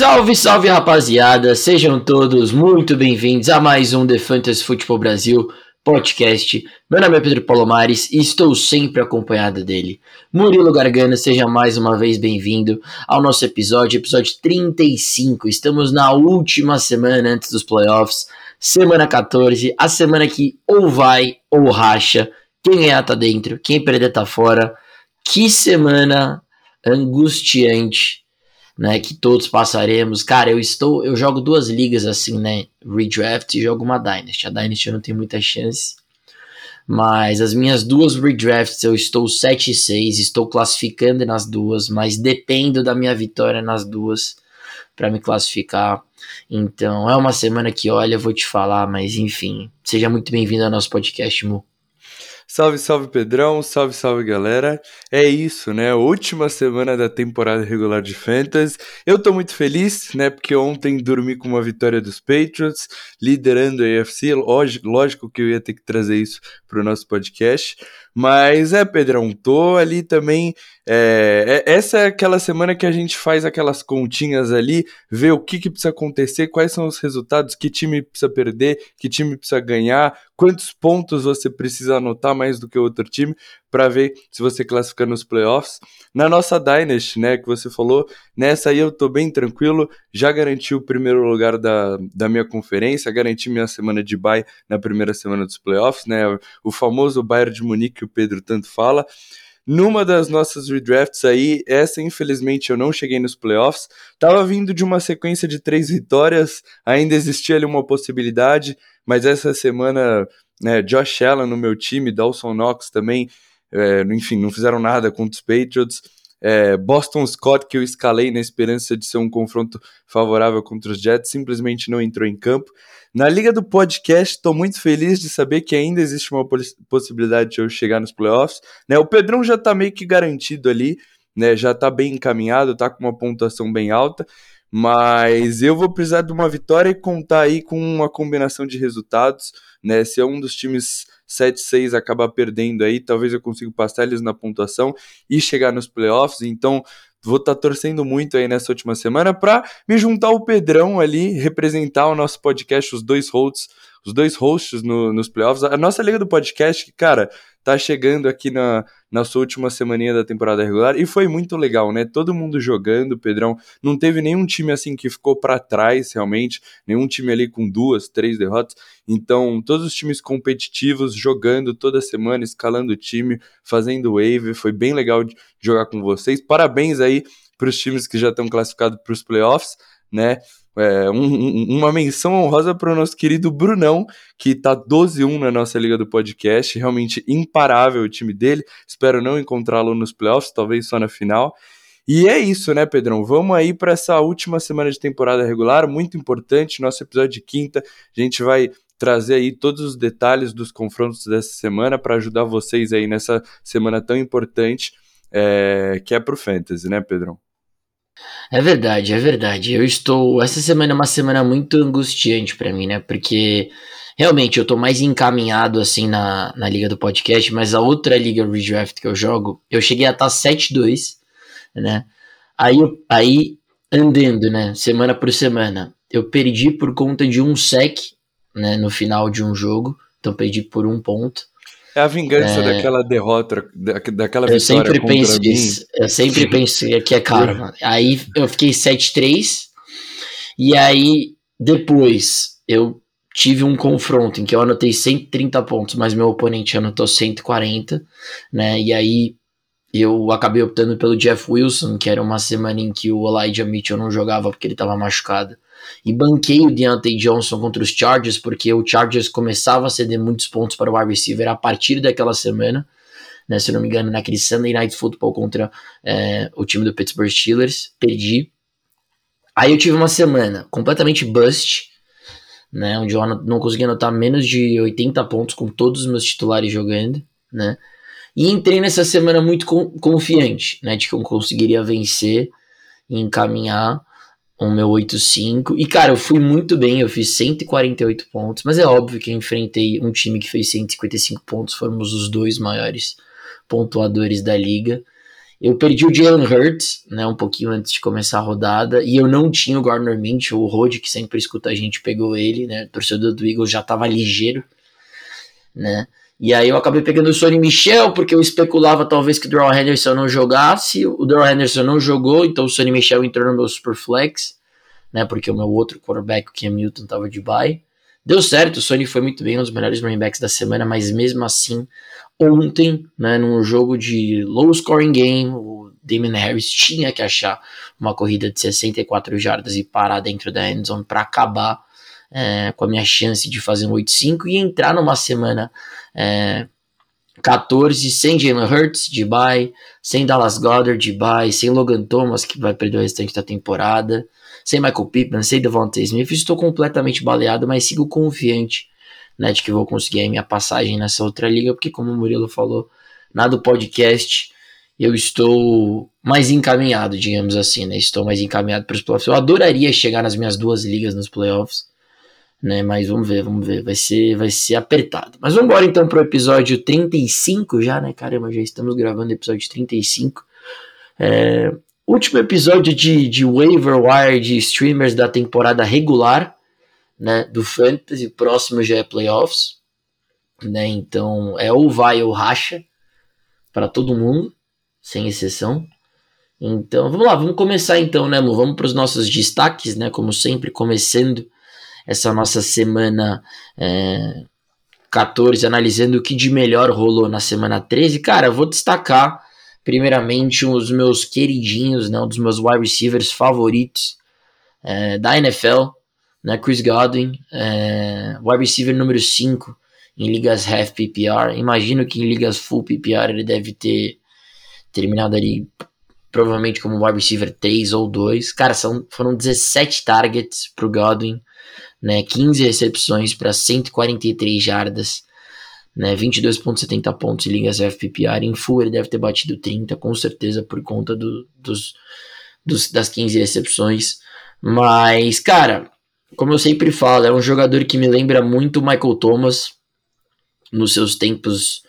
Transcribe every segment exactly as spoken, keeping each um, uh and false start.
Salve, salve rapaziada, sejam todos muito bem-vindos a mais um The Fantasy Football Brasil podcast. Meu nome é Pedro Palomares e estou sempre acompanhado dele. Murilo Gargano, seja mais uma vez bem-vindo ao nosso episódio, episódio trinta e cinco. Estamos na última semana antes dos playoffs, semana catorze, a semana que ou vai ou racha. Quem ganhar tá dentro, quem perder tá fora. Que semana angustiante, né, que todos passaremos. Cara, eu estou, eu jogo duas ligas assim, né, Redraft e jogo uma Dynasty. A Dynasty eu não tenho muita chance, mas as minhas duas Redrafts eu estou sete e seis, estou classificando nas duas, mas dependo da minha vitória nas duas para me classificar. Então é uma semana que, olha, eu vou te falar, mas enfim, seja muito bem-vindo ao nosso podcast, Mu. Salve, salve Pedrão, salve, salve galera. É isso, né? Última semana da temporada regular de Fantasy. Eu tô muito feliz, né? Porque ontem dormi com uma vitória dos Patriots, liderando a A F C. Lógico, lógico que eu ia ter que trazer isso pro nosso podcast. Mas é, Pedrão, tô ali também. É, é, essa é aquela semana que a gente faz aquelas continhas ali, vê o que, que precisa acontecer, quais são os resultados, que time precisa perder, que time precisa ganhar, quantos pontos você precisa anotar mais do que o outro time para ver se você classifica nos playoffs. Na nossa Dynasty, né, que você falou, nessa aí eu tô bem tranquilo, já garanti o primeiro lugar da, da minha conferência, garanti minha semana de bye na primeira semana dos playoffs, né, o famoso Bayern de Munique que o Pedro tanto fala. Numa das nossas redrafts aí, essa infelizmente eu não cheguei nos playoffs, tava vindo de uma sequência de três vitórias, ainda existia ali uma possibilidade, mas essa semana, né, Josh Allen no meu time, Dawson Knox também, é, enfim, não fizeram nada contra os Patriots. É, Boston Scott, que eu escalei na esperança de ser um confronto favorável contra os Jets, simplesmente não entrou em campo. Na liga do podcast, estou muito feliz de saber que ainda existe uma poss- possibilidade de eu chegar nos playoffs, né? O Pedrão já está meio que garantido ali, né? Já está bem encaminhado, está com uma pontuação bem alta, mas eu vou precisar de uma vitória e contar aí com uma combinação de resultados, né? Se um dos times sete seis acabar perdendo aí, talvez eu consiga passar eles na pontuação e chegar nos playoffs. Então vou estar tá torcendo muito aí nessa última semana para me juntar ao Pedrão ali, representar o nosso podcast, os dois hosts, os dois hosts no, nos playoffs. A nossa liga do podcast, que, cara, tá chegando aqui na, na sua última semaninha da temporada regular e foi muito legal, né? Todo mundo jogando, Pedrão. Não teve nenhum time assim que ficou para trás, realmente. Nenhum time ali com duas, três derrotas. Então, todos os times competitivos jogando toda semana, escalando o time, fazendo wave. Foi bem legal de jogar com vocês. Parabéns aí para os times que já estão classificados para os playoffs, né? É, um, um, uma menção honrosa para o nosso querido Brunão, que tá doze a um na nossa liga do podcast, realmente imparável o time dele. Espero não encontrá-lo nos playoffs, talvez só na final. E é isso, né, Pedrão? Vamos aí para essa última semana de temporada regular, muito importante, nosso episódio de quinta. A gente vai trazer aí todos os detalhes dos confrontos dessa semana para ajudar vocês aí nessa semana tão importante é, que é pro Fantasy, né, Pedrão? É verdade, é verdade. Eu estou. Essa semana é uma semana muito angustiante pra mim, né? Porque realmente eu tô mais encaminhado assim na, na liga do podcast, mas a outra liga Redraft que eu jogo, eu cheguei a estar sete dois, né? Aí, eu- aí andando, né? Semana por semana, eu perdi por conta de um sec, né? No final de um jogo, então perdi por um ponto. É a vingança daquela derrota, da, daquela Eu vitória sempre contra penso mim. isso. Eu sempre penso que é Eu- karma. Aí eu fiquei sete três. E aí, depois, eu tive um confronto em que eu anotei cento e trinta pontos, mas meu oponente anotou cento e quarenta, né? E aí eu acabei optando pelo Jeff Wilson, que era uma semana em que o Elijah Mitchell não jogava porque ele estava machucado. E banquei o Deontay Johnson contra os Chargers, porque o Chargers começava a ceder muitos pontos para o wide receiver a partir daquela semana, né? Se eu não me engano, naquele Sunday Night Football contra é, o time do Pittsburgh Steelers. Perdi. Aí eu tive uma semana completamente bust, né, onde eu não consegui anotar menos de oitenta pontos com todos os meus titulares jogando, né, e entrei nessa semana muito confiante, né, de que eu conseguiria vencer e encaminhar o meu oito cinco, e cara, eu fui muito bem, eu fiz cento e quarenta e oito pontos, mas é óbvio que eu enfrentei um time que fez cento e cinquenta e cinco pontos, fomos os dois maiores pontuadores da liga, Eu perdi o Jalen Hurts, né, um pouquinho antes de começar a rodada, e eu não tinha o Gardner Minshew, o Rod, que sempre escuta a gente, pegou ele, né, o torcedor do Eagles já tava ligeiro, né, e aí eu acabei pegando o Sonny Michel, porque eu especulava talvez que o Darrell Henderson não jogasse, o Darrell Henderson não jogou, então o Sonny Michel entrou no meu Superflex, né, porque o meu outro quarterback, o Cam Newton, tava de bye. Deu certo, o Sonny foi muito bem, um dos melhores running backs da semana, mas mesmo assim, ontem, né, num jogo de low scoring game, o Damien Harris tinha que achar uma corrida de sessenta e quatro jardas e parar dentro da endzone para acabar é, com a minha chance de fazer um oito cinco e entrar numa semana é, catorze sem Jalen Hurts de bye, sem Dallas Goedert de bye, sem Logan Thomas, que vai perder o restante da temporada, sem Michael Pittman, sem Devonta Smith. Estou completamente baleado, mas sigo confiante, né, de que vou conseguir a minha passagem nessa outra liga, porque como o Murilo falou na do podcast, eu estou mais encaminhado, digamos assim, né, estou mais encaminhado para os playoffs. Eu adoraria chegar nas minhas duas ligas nos playoffs, né, mas vamos ver, vamos ver, vai ser, vai ser apertado. Mas vamos embora então pro episódio trinta e cinco já, né, caramba, já estamos gravando o episódio trinta e cinco. É, último episódio de, de waiver wire de streamers da temporada regular, né, do Fantasy. Próximo já é playoffs, né, então é ou vai ou racha para todo mundo, sem exceção. Então vamos lá, vamos começar então, né, Mu? Vamos para os nossos destaques, né, como sempre, começando essa nossa semana é, catorze, analisando o que de melhor rolou na semana treze. Cara, eu vou destacar primeiramente os meus queridinhos, né, um dos meus wide receivers favoritos é, da N F L, né, Chris Godwin, é, wide receiver número cinco em ligas half P P R. Imagino que em ligas full P P R ele deve ter terminado ali provavelmente como wide receiver três ou dois. Cara, são, foram dezessete targets pro Godwin, né, quinze recepções para cento e quarenta e três jardas, né, vinte e dois vírgula setenta pontos em ligas F P P R. Em full ele deve ter batido trinta, com certeza, por conta do, dos, dos, das quinze recepções. Mas, cara, como eu sempre falo, é um jogador que me lembra muito o Michael Thomas nos seus tempos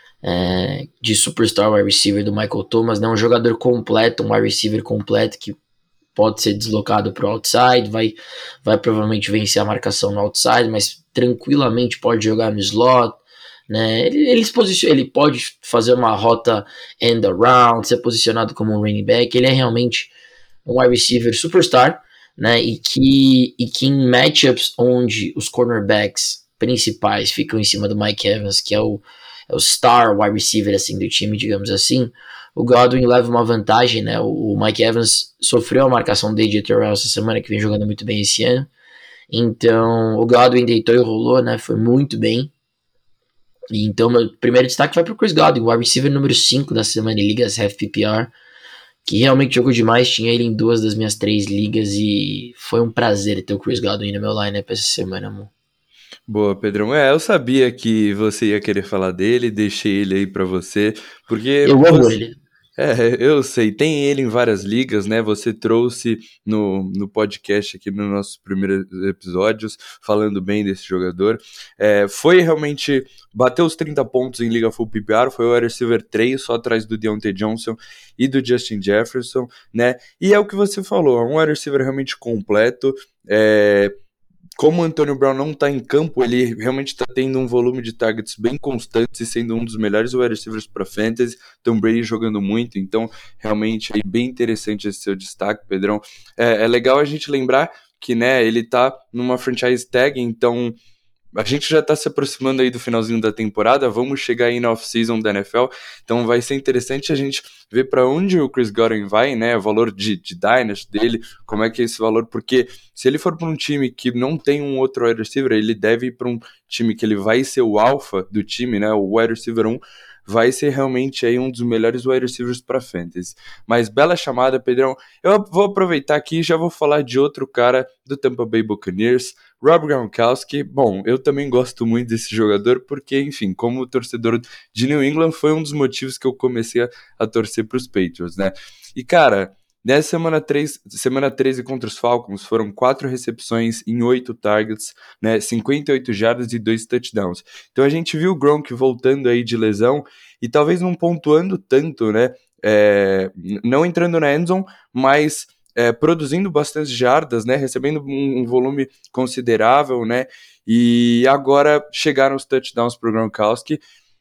é, de superstar wide receiver do Michael Thomas, né, um jogador completo, um wide receiver completo que pode ser deslocado para o outside, vai, vai provavelmente vencer a marcação no outside, mas tranquilamente pode jogar no slot, né? Ele, ele, se posiciona, ele pode fazer uma rota end around, ser posicionado como um running back. Ele é realmente um wide receiver superstar, né? E que, e que em matchups onde os cornerbacks principais ficam em cima do Mike Evans, que é o, é o star wide receiver assim, do time, digamos assim, o Godwin leva uma vantagem, né? O Mike Evans sofreu a marcação de A J Terrell essa semana, que vem jogando muito bem esse ano. Então, o Godwin deitou e rolou, né? Foi muito bem. E então, meu primeiro destaque vai para o Chris Godwin, o wide receiver número cinco da semana em ligas half P P R, que realmente jogou demais. Tinha ele em duas das minhas três ligas e foi um prazer ter o Chris Godwin no meu lineup essa semana, amor. Boa, Pedrão. É, eu sabia que você ia querer falar dele, deixei ele aí pra você, porque Eu amo você... ele. É, eu sei, tem ele em várias ligas, né? Você trouxe no, no podcast aqui nos nossos primeiros episódios, falando bem desse jogador. É, foi realmente, bateu os trinta pontos em liga full P P R, foi o wide receiver três, só atrás do Deontay Johnson e do Justin Jefferson, né? E é o que você falou, é um wide receiver realmente completo, é... Como o Antonio Brown não está em campo, ele realmente está tendo um volume de targets bem constante e sendo um dos melhores wide receivers para fantasy. Tom Brady jogando muito, então realmente é bem interessante esse seu destaque, Pedrão. É, é legal a gente lembrar que, né, ele está numa franchise tag, então a gente já está se aproximando aí do finalzinho da temporada, vamos chegar aí na off-season da N F L, então vai ser interessante a gente ver para onde o Chris Godwin vai, né, o valor de, de Dynasty dele, como é que é esse valor, porque se ele for para um time que não tem um outro wide receiver, ele deve ir para um time que ele vai ser o alfa do time, né, o wide receiver um, vai ser realmente aí um dos melhores wide receivers para fantasy. Mas bela chamada, Pedrão. Eu vou aproveitar aqui e já vou falar de outro cara do Tampa Bay Buccaneers, Rob Gronkowski. Bom, eu também gosto muito desse jogador porque, enfim, como torcedor de New England, foi um dos motivos que eu comecei a, a torcer para os Patriots, né? E, cara, nessa semana, três, semana treze contra os Falcons, foram quatro recepções em oito targets, né, cinquenta e oito jardas e dois touchdowns. Então a gente viu o Gronk voltando aí de lesão e talvez não pontuando tanto, né, é, não entrando na endzone, mas é, produzindo bastante jardas, né, recebendo um, um volume considerável, né, e agora chegaram os touchdowns para o Gronkowski.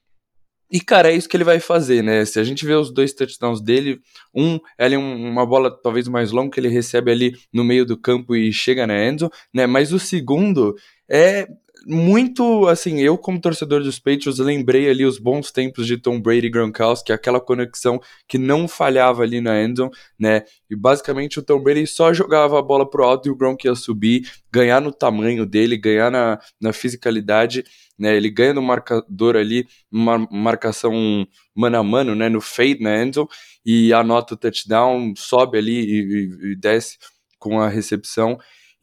E, cara, é isso que ele vai fazer, né? Se a gente vê os dois touchdowns dele, um é ali um, uma bola talvez mais longa que ele recebe ali no meio do campo e chega na endzone, né? Mas o segundo é muito, assim, eu como torcedor dos Patriots lembrei ali os bons tempos de Tom Brady e Gronkowski, aquela conexão que não falhava ali na endzone, né? E basicamente o Tom Brady só jogava a bola pro alto e o Gronk ia subir, ganhar no tamanho dele, ganhar na, na fisicalidade, né? Ele ganha no marcador ali, uma marcação mano a mano, né? No fade na endzone, e anota o touchdown, sobe ali e, e, e desce com a recepção.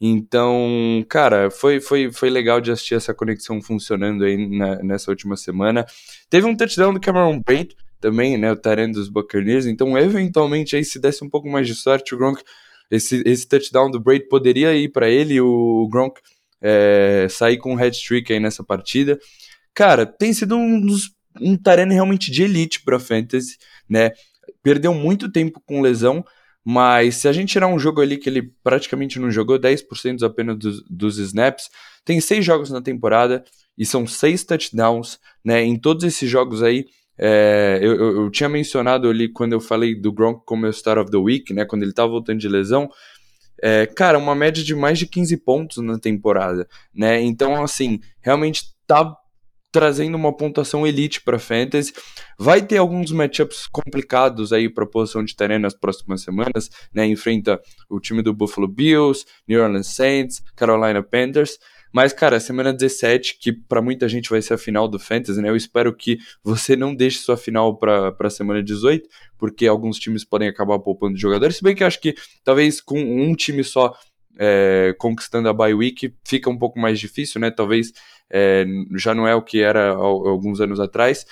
Então, cara, foi, foi, foi legal de assistir essa conexão funcionando aí na, nessa última semana. Teve um touchdown do Cameron Brate também, né, o tight end dos Buccaneers, então eventualmente aí se desse um pouco mais de sorte, o Gronk, esse, esse touchdown do Brate poderia ir para ele, o Gronk é, sair com um hat-trick aí nessa partida. Cara, tem sido um, dos, um tight end realmente de elite para fantasy, né, perdeu muito tempo com lesão, mas se a gente tirar um jogo ali que ele praticamente não jogou, dez por cento apenas dos, dos snaps, tem seis jogos na temporada e são seis touchdowns, né? Em todos esses jogos aí, é, eu, eu, eu tinha mencionado ali quando eu falei do Gronk como meu Start of the Week, né? Quando ele tava voltando de lesão, é, cara, uma média de mais de quinze pontos na temporada, né? Então, assim, realmente tá trazendo uma pontuação elite para fantasy. Vai ter alguns matchups complicados aí para a posição de terreno nas próximas semanas, né? Enfrenta o time do Buffalo Bills, New Orleans Saints, Carolina Panthers. Mas, cara, semana dezessete, que para muita gente vai ser a final do fantasy, né? Eu espero que você não deixe sua final para a semana dezoito, porque alguns times podem acabar poupando jogadores. Se bem que eu acho que talvez com um time só é, conquistando a bye week fica um pouco mais difícil, né? Talvez É, já não é o que era há alguns anos atrás,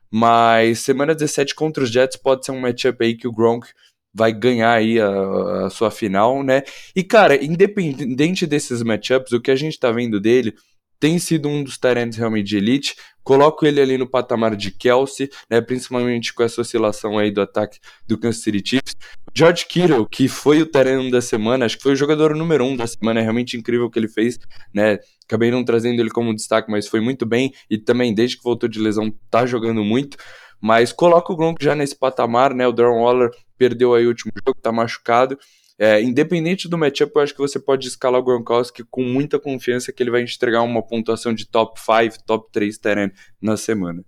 mas semana dezessete contra os Jets pode ser um matchup aí que o Gronk vai ganhar aí a, a sua final, né? E, cara, independente desses matchups, o que a gente tá vendo dele tem sido um dos tight ends realmente de elite. Coloco ele ali no patamar de Kelce, né, principalmente com essa oscilação aí do ataque do Kansas City Chiefs. George Kittle, que foi o tight end da semana, acho que foi o jogador número um da semana, é realmente incrível o que ele fez, né? Acabei não trazendo ele como destaque, mas foi muito bem, e também desde que voltou de lesão tá jogando muito. Mas coloca o Gronk já nesse patamar, né? O Darren Waller perdeu aí o último jogo, tá machucado. É, independente do matchup, eu acho que você pode escalar o Gronkowski com muita confiança que ele vai entregar uma pontuação de top cinco, top três terreno na semana.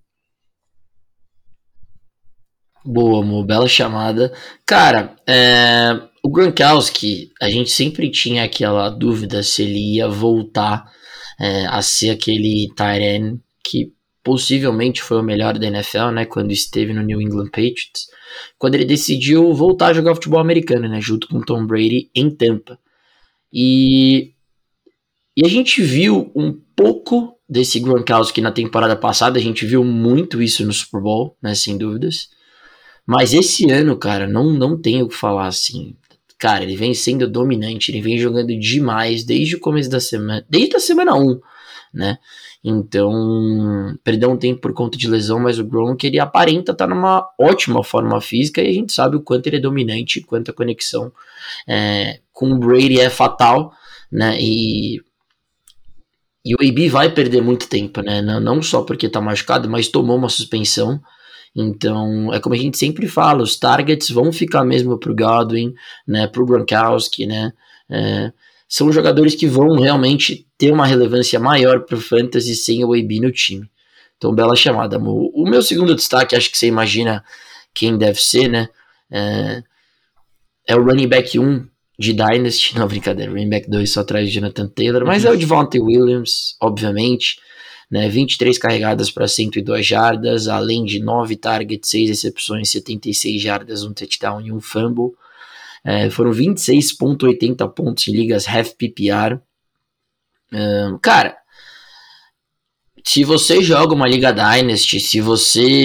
Boa, amor, bela chamada. Cara, é, o Gronkowski, a gente sempre tinha aquela dúvida se ele ia voltar é, a ser aquele tight end que possivelmente foi o melhor da N F L, né, quando esteve no New England Patriots, quando ele decidiu voltar a jogar futebol americano, né, junto com Tom Brady em Tampa. E, e a gente viu um pouco desse Gronkowski na temporada passada, a gente viu muito isso no Super Bowl, né, sem dúvidas. Mas esse ano, cara, não, não tenho o que falar assim. Cara, ele vem sendo dominante, ele vem jogando demais desde o começo da semana, desde a semana um, né? Então, perdeu um tempo por conta de lesão, mas o Gronk, ele aparenta estar tá numa ótima forma física e a gente sabe o quanto ele é dominante, quanto a conexão é, com o Brady é fatal, né? E, e o A B vai perder muito tempo, né? Não, não só porque tá machucado, mas tomou uma suspensão. Então, é como a gente sempre fala, os targets vão ficar mesmo pro Godwin, né, pro Gronkowski, né, é, são jogadores que vão realmente ter uma relevância maior pro Fantasy sem o A B no time. Então, bela chamada, amor. O meu segundo destaque, acho que você imagina quem deve ser, né, é, é o running back um de Dynasty, não, brincadeira, running back dois só atrás de Jonathan Taylor, mas é o Devontae Williams, obviamente, né, vinte e três carregadas para cento e duas jardas, além de nove targets, seis recepções, setenta e seis jardas, um touchdown e um fumble. É, foram vinte e seis vírgula oitenta pontos em ligas half P P R. Um, cara, se você joga uma liga Dynasty, se você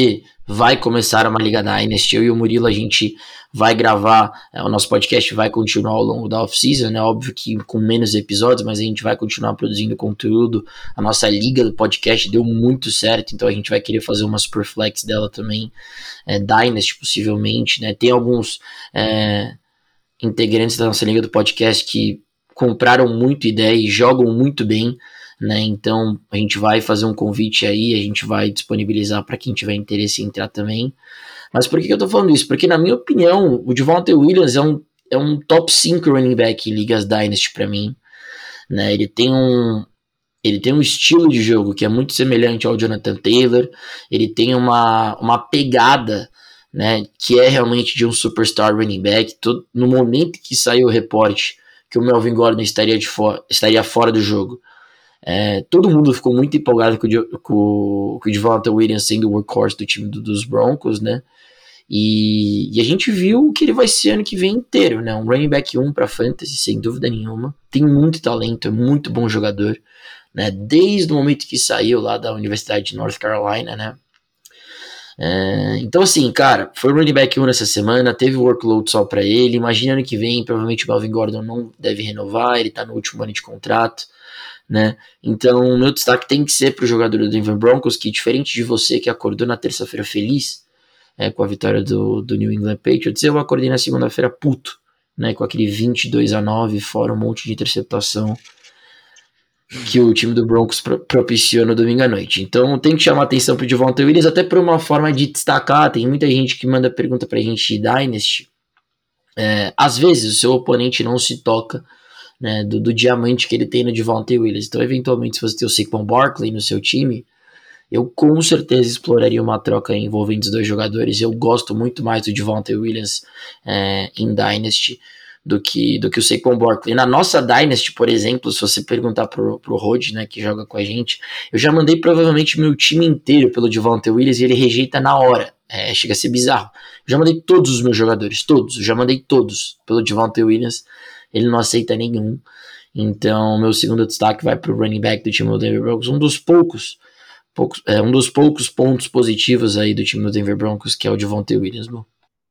vai começar uma Liga Dynasty. Eu e o Murilo, a gente vai gravar, é, o nosso podcast vai continuar ao longo da off-season, né? Óbvio que com menos episódios, mas a gente vai continuar produzindo conteúdo. A nossa liga do podcast deu muito certo, então a gente vai querer fazer uma Superflex dela também, é, Dynasty possivelmente, né? Tem alguns é, integrantes da nossa liga do podcast que compraram muito ideia e jogam muito bem, né? Então a gente vai fazer um convite aí, a gente vai disponibilizar para quem tiver interesse em entrar também. Mas por que eu tô falando isso? Porque na minha opinião, o Devontae Williams é um, é um top cinco running back em ligas Dynasty para mim, né? Ele tem um ele tem um estilo de jogo que é muito semelhante ao Jonathan Taylor, ele tem uma, uma pegada, né, que é realmente de um superstar running back. Todo, no momento que saiu o reporte que o Melvin Gordon estaria, de for, estaria fora do jogo, É, todo mundo ficou muito empolgado com o, com, com o Devontae Williams sendo o workhorse do time do, dos Broncos, né? E, e a gente viu que ele vai ser ano que vem inteiro, né? Um running back um para fantasy, sem dúvida nenhuma. Tem muito talento, é muito bom jogador, né? Desde o momento que saiu lá da Universidade de North Carolina, né? É, então assim, cara, foi running back um nessa semana, teve workload só para ele. Imagina ano que vem, provavelmente o Melvin Gordon não deve renovar, ele tá no último ano de contrato, né? Então, meu destaque tem que ser pro jogador do Denver Broncos, que diferente de você que acordou na terça-feira feliz, é, com a vitória do, do New England Patriots, eu acordei na segunda-feira puto, né? Com aquele vinte e dois a nove, fora um monte de interceptação que o time do Broncos pro- propiciou no domingo à noite. Então, tem que chamar atenção pro Devontae Williams, até por uma forma de destacar. Tem muita gente que manda pergunta pra gente de Dynasty. É, às vezes, o seu oponente não se toca, né, do, do diamante que ele tem no Devontae Williams. Então, eventualmente, se você tem o Saquon Barkley no seu time, eu com certeza exploraria uma troca envolvendo os dois jogadores. Eu gosto muito mais do Devontae Williams é, em Dynasty do que, do que o Saquon Barkley. Na nossa Dynasty, por exemplo, se você perguntar pro, pro Rod, né, que joga com a gente, eu já mandei provavelmente meu time inteiro pelo Devontae Williams e ele rejeita na hora. É, chega a ser bizarro. Eu já mandei todos os meus jogadores, todos, eu já mandei todos pelo Devontae Williams. Ele não aceita nenhum. Então, meu segundo destaque vai para o running back do time do Denver Broncos, um dos poucos, poucos é, um dos poucos pontos positivos aí do time do Denver Broncos, que é o Devontae Williams. Bom.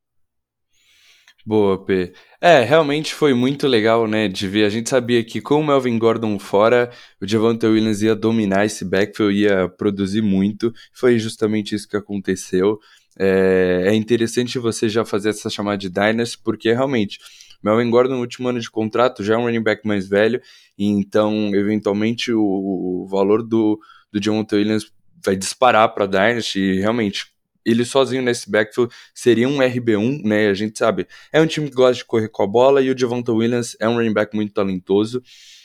Boa, P. É, realmente foi muito legal, né, de ver. A gente sabia que com o Melvin Gordon fora, o Devontae Williams ia dominar esse backfield, ia produzir muito. Foi justamente isso que aconteceu. É, é interessante você já fazer essa chamada de Dynasty, porque realmente Melvin Gordon no último ano de contrato já é um running back mais velho, e então eventualmente o, o valor do, do Devontae Williams vai disparar para Dynasty, e realmente ele sozinho nesse backfield seria um R B um, né? A gente sabe, é um time que gosta de correr com a bola e o Devontae Williams é um running back muito talentoso.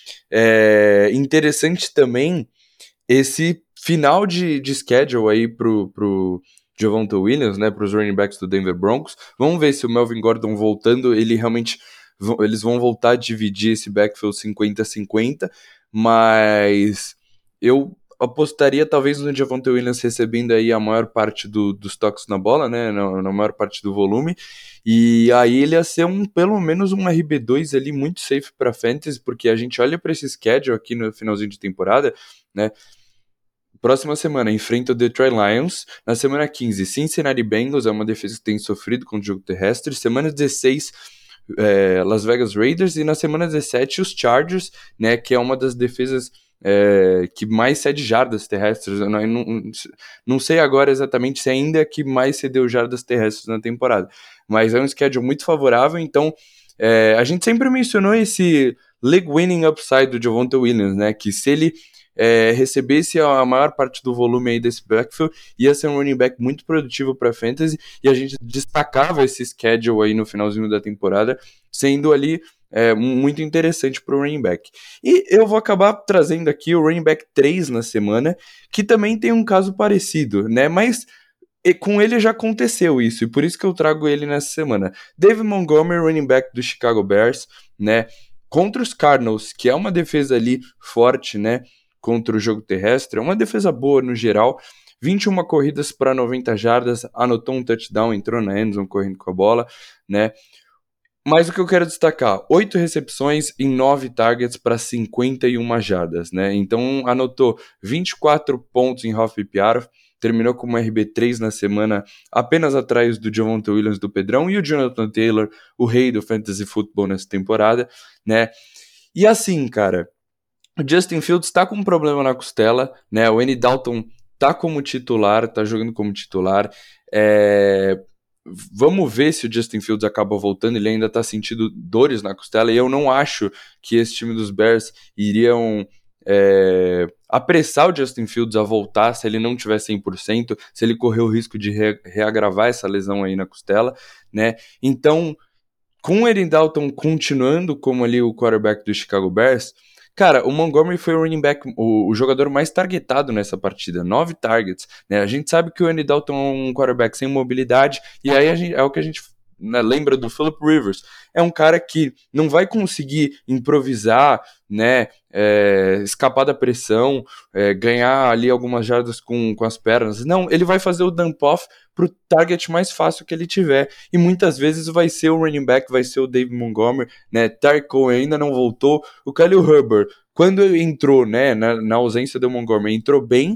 É interessante também esse final de, de schedule aí pro, pro Devontae Williams, né? Para os running backs do Denver Broncos. Vamos ver se o Melvin Gordon voltando, ele realmente eles vão voltar a dividir esse backfield cinquenta a cinquenta, mas eu apostaria talvez no Devontae Williams recebendo aí a maior parte do, dos toques na bola, né, na, na maior parte do volume, e aí ele ia ser um, pelo menos um R B dois ali muito safe para fantasy, porque a gente olha para esse schedule aqui no finalzinho de temporada, né, próxima semana enfrenta o Detroit Lions, na semana quinze Cincinnati Bengals, é uma defesa que tem sofrido com o jogo terrestre, semana dezesseis é, Las Vegas Raiders, e na semana dezessete os Chargers, né, que é uma das defesas É, que mais cede jardas terrestres. Eu não, eu não, não sei agora exatamente se ainda é que mais cedeu jardas terrestres na temporada, mas é um schedule muito favorável. Então é, a gente sempre mencionou esse league winning upside do Devontae Williams, né, que se ele é, recebesse a maior parte do volume aí desse backfield, ia ser um running back muito produtivo para fantasy, e a gente destacava esse schedule aí no finalzinho da temporada, sendo ali É muito interessante para o running back. E eu vou acabar trazendo aqui o running back três na semana, que também tem um caso parecido, né? Mas com ele já aconteceu isso, e por isso que eu trago ele nessa semana. David Montgomery, running back do Chicago Bears, né? Contra os Cardinals, que é uma defesa ali forte, né? Contra o jogo terrestre, é uma defesa boa no geral. vinte e uma corridas para noventa jardas, anotou um touchdown, entrou na endzone correndo com a bola, né? Mas o que eu quero destacar, oito recepções em nove targets para cinquenta e uma jardas, né? Então anotou vinte e quatro pontos em half P P R, terminou com uma R B três na semana, apenas atrás do Javonte Williams do Pedrão e o Jonathan Taylor, o rei do Fantasy Football nessa temporada, né? E assim, cara, o Justin Fields tá com um problema na costela, né? O Andy Dalton tá como titular, tá jogando como titular, é... Vamos ver se o Justin Fields acaba voltando, ele ainda tá sentindo dores na costela, e eu não acho que esse time dos Bears iriam é, apressar o Justin Fields a voltar se ele não tiver cem por cento, se ele correr o risco de re- reagravar essa lesão aí na costela, né? Então, com o Andy Dalton continuando como ali o quarterback do Chicago Bears, cara, o Montgomery foi o running back, o, o jogador mais targetado nessa partida, nove targets, né? A gente sabe que o Andy Dalton é um quarterback sem mobilidade, e aí a gente, é o que a gente né, lembra do Philip Rivers. É um cara que não vai conseguir improvisar, né? É, escapar da pressão, é, ganhar ali algumas jardas com, com as pernas. Não, ele vai fazer o dump off pro target mais fácil que ele tiver. E muitas vezes vai ser o running back, vai ser o David Montgomery, né? Tariq Cohen ainda não voltou. O Khalil Herbert, quando entrou, né, na, na ausência do Montgomery, entrou bem,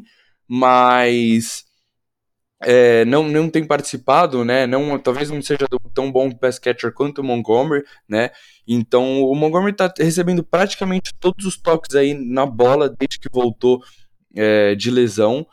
mas é, não, não tem participado, né? Não, talvez não seja tão bom pass catcher quanto o Montgomery, né? Então o Montgomery tá recebendo praticamente todos os toques aí na bola desde que voltou é, de lesão.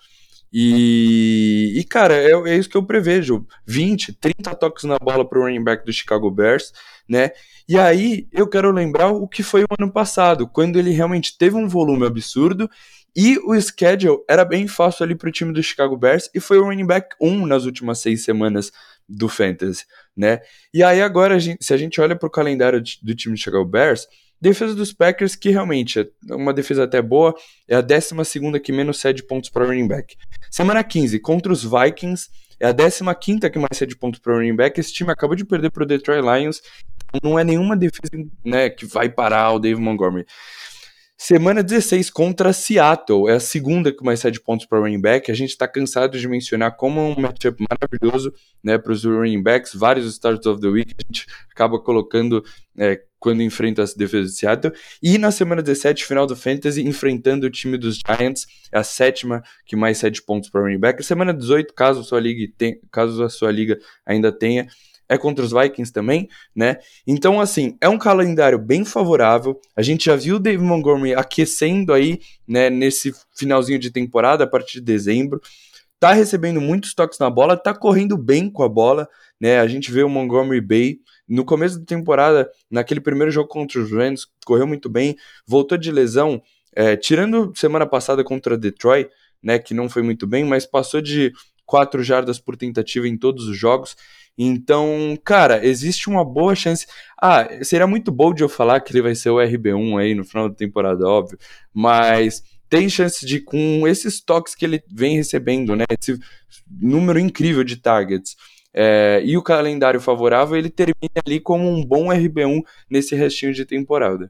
E, e cara, é, é isso que eu prevejo, vinte, trinta toques na bola para o running back do Chicago Bears, né? E aí eu quero lembrar o que foi o ano passado, quando ele realmente teve um volume absurdo e o schedule era bem fácil ali para o time do Chicago Bears e foi o running back um nas últimas seis semanas do Fantasy, né? E aí agora, a gente, se a gente olha para o calendário do time do Chicago Bears, defesa dos Packers, que realmente é uma defesa até boa, é a décima segunda que menos cede pontos para running back. Semana quinze, contra os Vikings, é a décima quinta que mais cede pontos para running back. Esse time acabou de perder para o Detroit Lions, não é nenhuma defesa né, que vai parar o David Montgomery. Semana dezesseis contra Seattle, é a segunda que mais cede pontos para running back. A gente está cansado de mencionar como é um matchup maravilhoso né, para os running backs, vários starts of the week a gente acaba colocando é, quando enfrenta as defesas de Seattle. E na semana dezessete, final do Fantasy, enfrentando o time dos Giants, é a sétima que mais cede pontos para running back. Semana dezoito, caso a sua liga, tenha, caso a sua liga ainda tenha, é contra os Vikings também, né? Então, assim, é um calendário bem favorável. A gente já viu o David Montgomery aquecendo aí, né, nesse finalzinho de temporada, a partir de dezembro. Tá recebendo muitos toques na bola, tá correndo bem com a bola, né? A gente vê o Montgomery Bay no começo da temporada, naquele primeiro jogo contra os Rams, correu muito bem, voltou de lesão, é, tirando semana passada contra Detroit, né, que não foi muito bem, mas passou de quatro jardas por tentativa em todos os jogos. Então, cara, existe uma boa chance. Ah, seria muito bom de eu falar que ele vai ser o R B um aí no final da temporada, óbvio, mas tem chance de, com esses toques que ele vem recebendo, né, esse número incrível de targets, é, e o calendário favorável, ele termina ali como um bom R B um nesse restinho de temporada.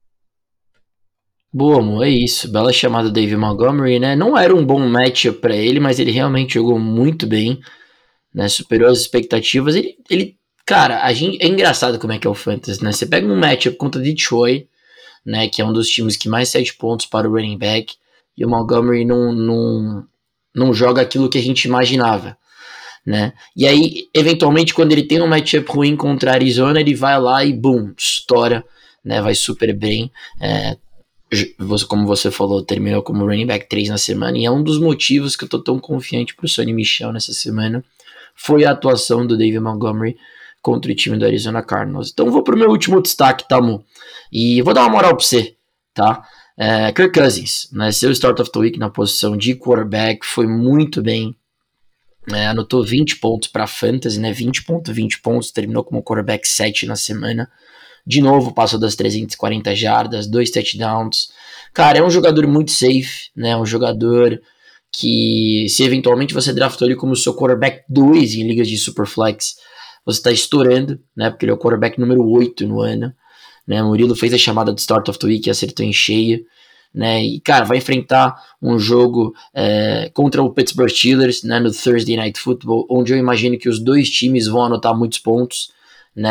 Boa, amor, é isso. Bela chamada David Montgomery, né? Não era um bom matchup para ele, mas ele realmente jogou muito bem, né? Superou as expectativas. Ele, ele cara, a gente, é engraçado como é que é o Fantasy, né? Você pega um matchup contra Detroit, né? Que é um dos times que mais cede pontos para o running back, e o Montgomery não, não, não joga aquilo que a gente imaginava, né? E aí, eventualmente, quando ele tem um matchup ruim contra a Arizona, ele vai lá e, boom, estoura, né? Vai super bem. É, como você falou, terminou como running back três na semana, e é um dos motivos que eu tô tão confiante pro Sonny Michel nessa semana, foi a atuação do David Montgomery contra o time do Arizona Cardinals. Então vou pro meu último destaque, tá, Mu? E vou dar uma moral pra você, tá? É, Kirk Cousins, né, seu start of the week na posição de quarterback, foi muito bem, é, anotou vinte pontos para fantasy, né, vinte pontos, vinte pontos, terminou como quarterback sete na semana. De novo, passou das trezentas e quarenta jardas, dois touchdowns. Cara, é um jogador muito safe, né? Um jogador que, se eventualmente você draftou ele como seu quarterback dois em ligas de Superflex, você tá estourando, né? Porque ele é o quarterback número oito no ano, né? O Murilo fez a chamada do Start of the Week e acertou em cheio, né? E, cara, vai enfrentar um jogo é, contra o Pittsburgh Steelers, né? No Thursday Night Football, onde eu imagino que os dois times vão anotar muitos pontos, né?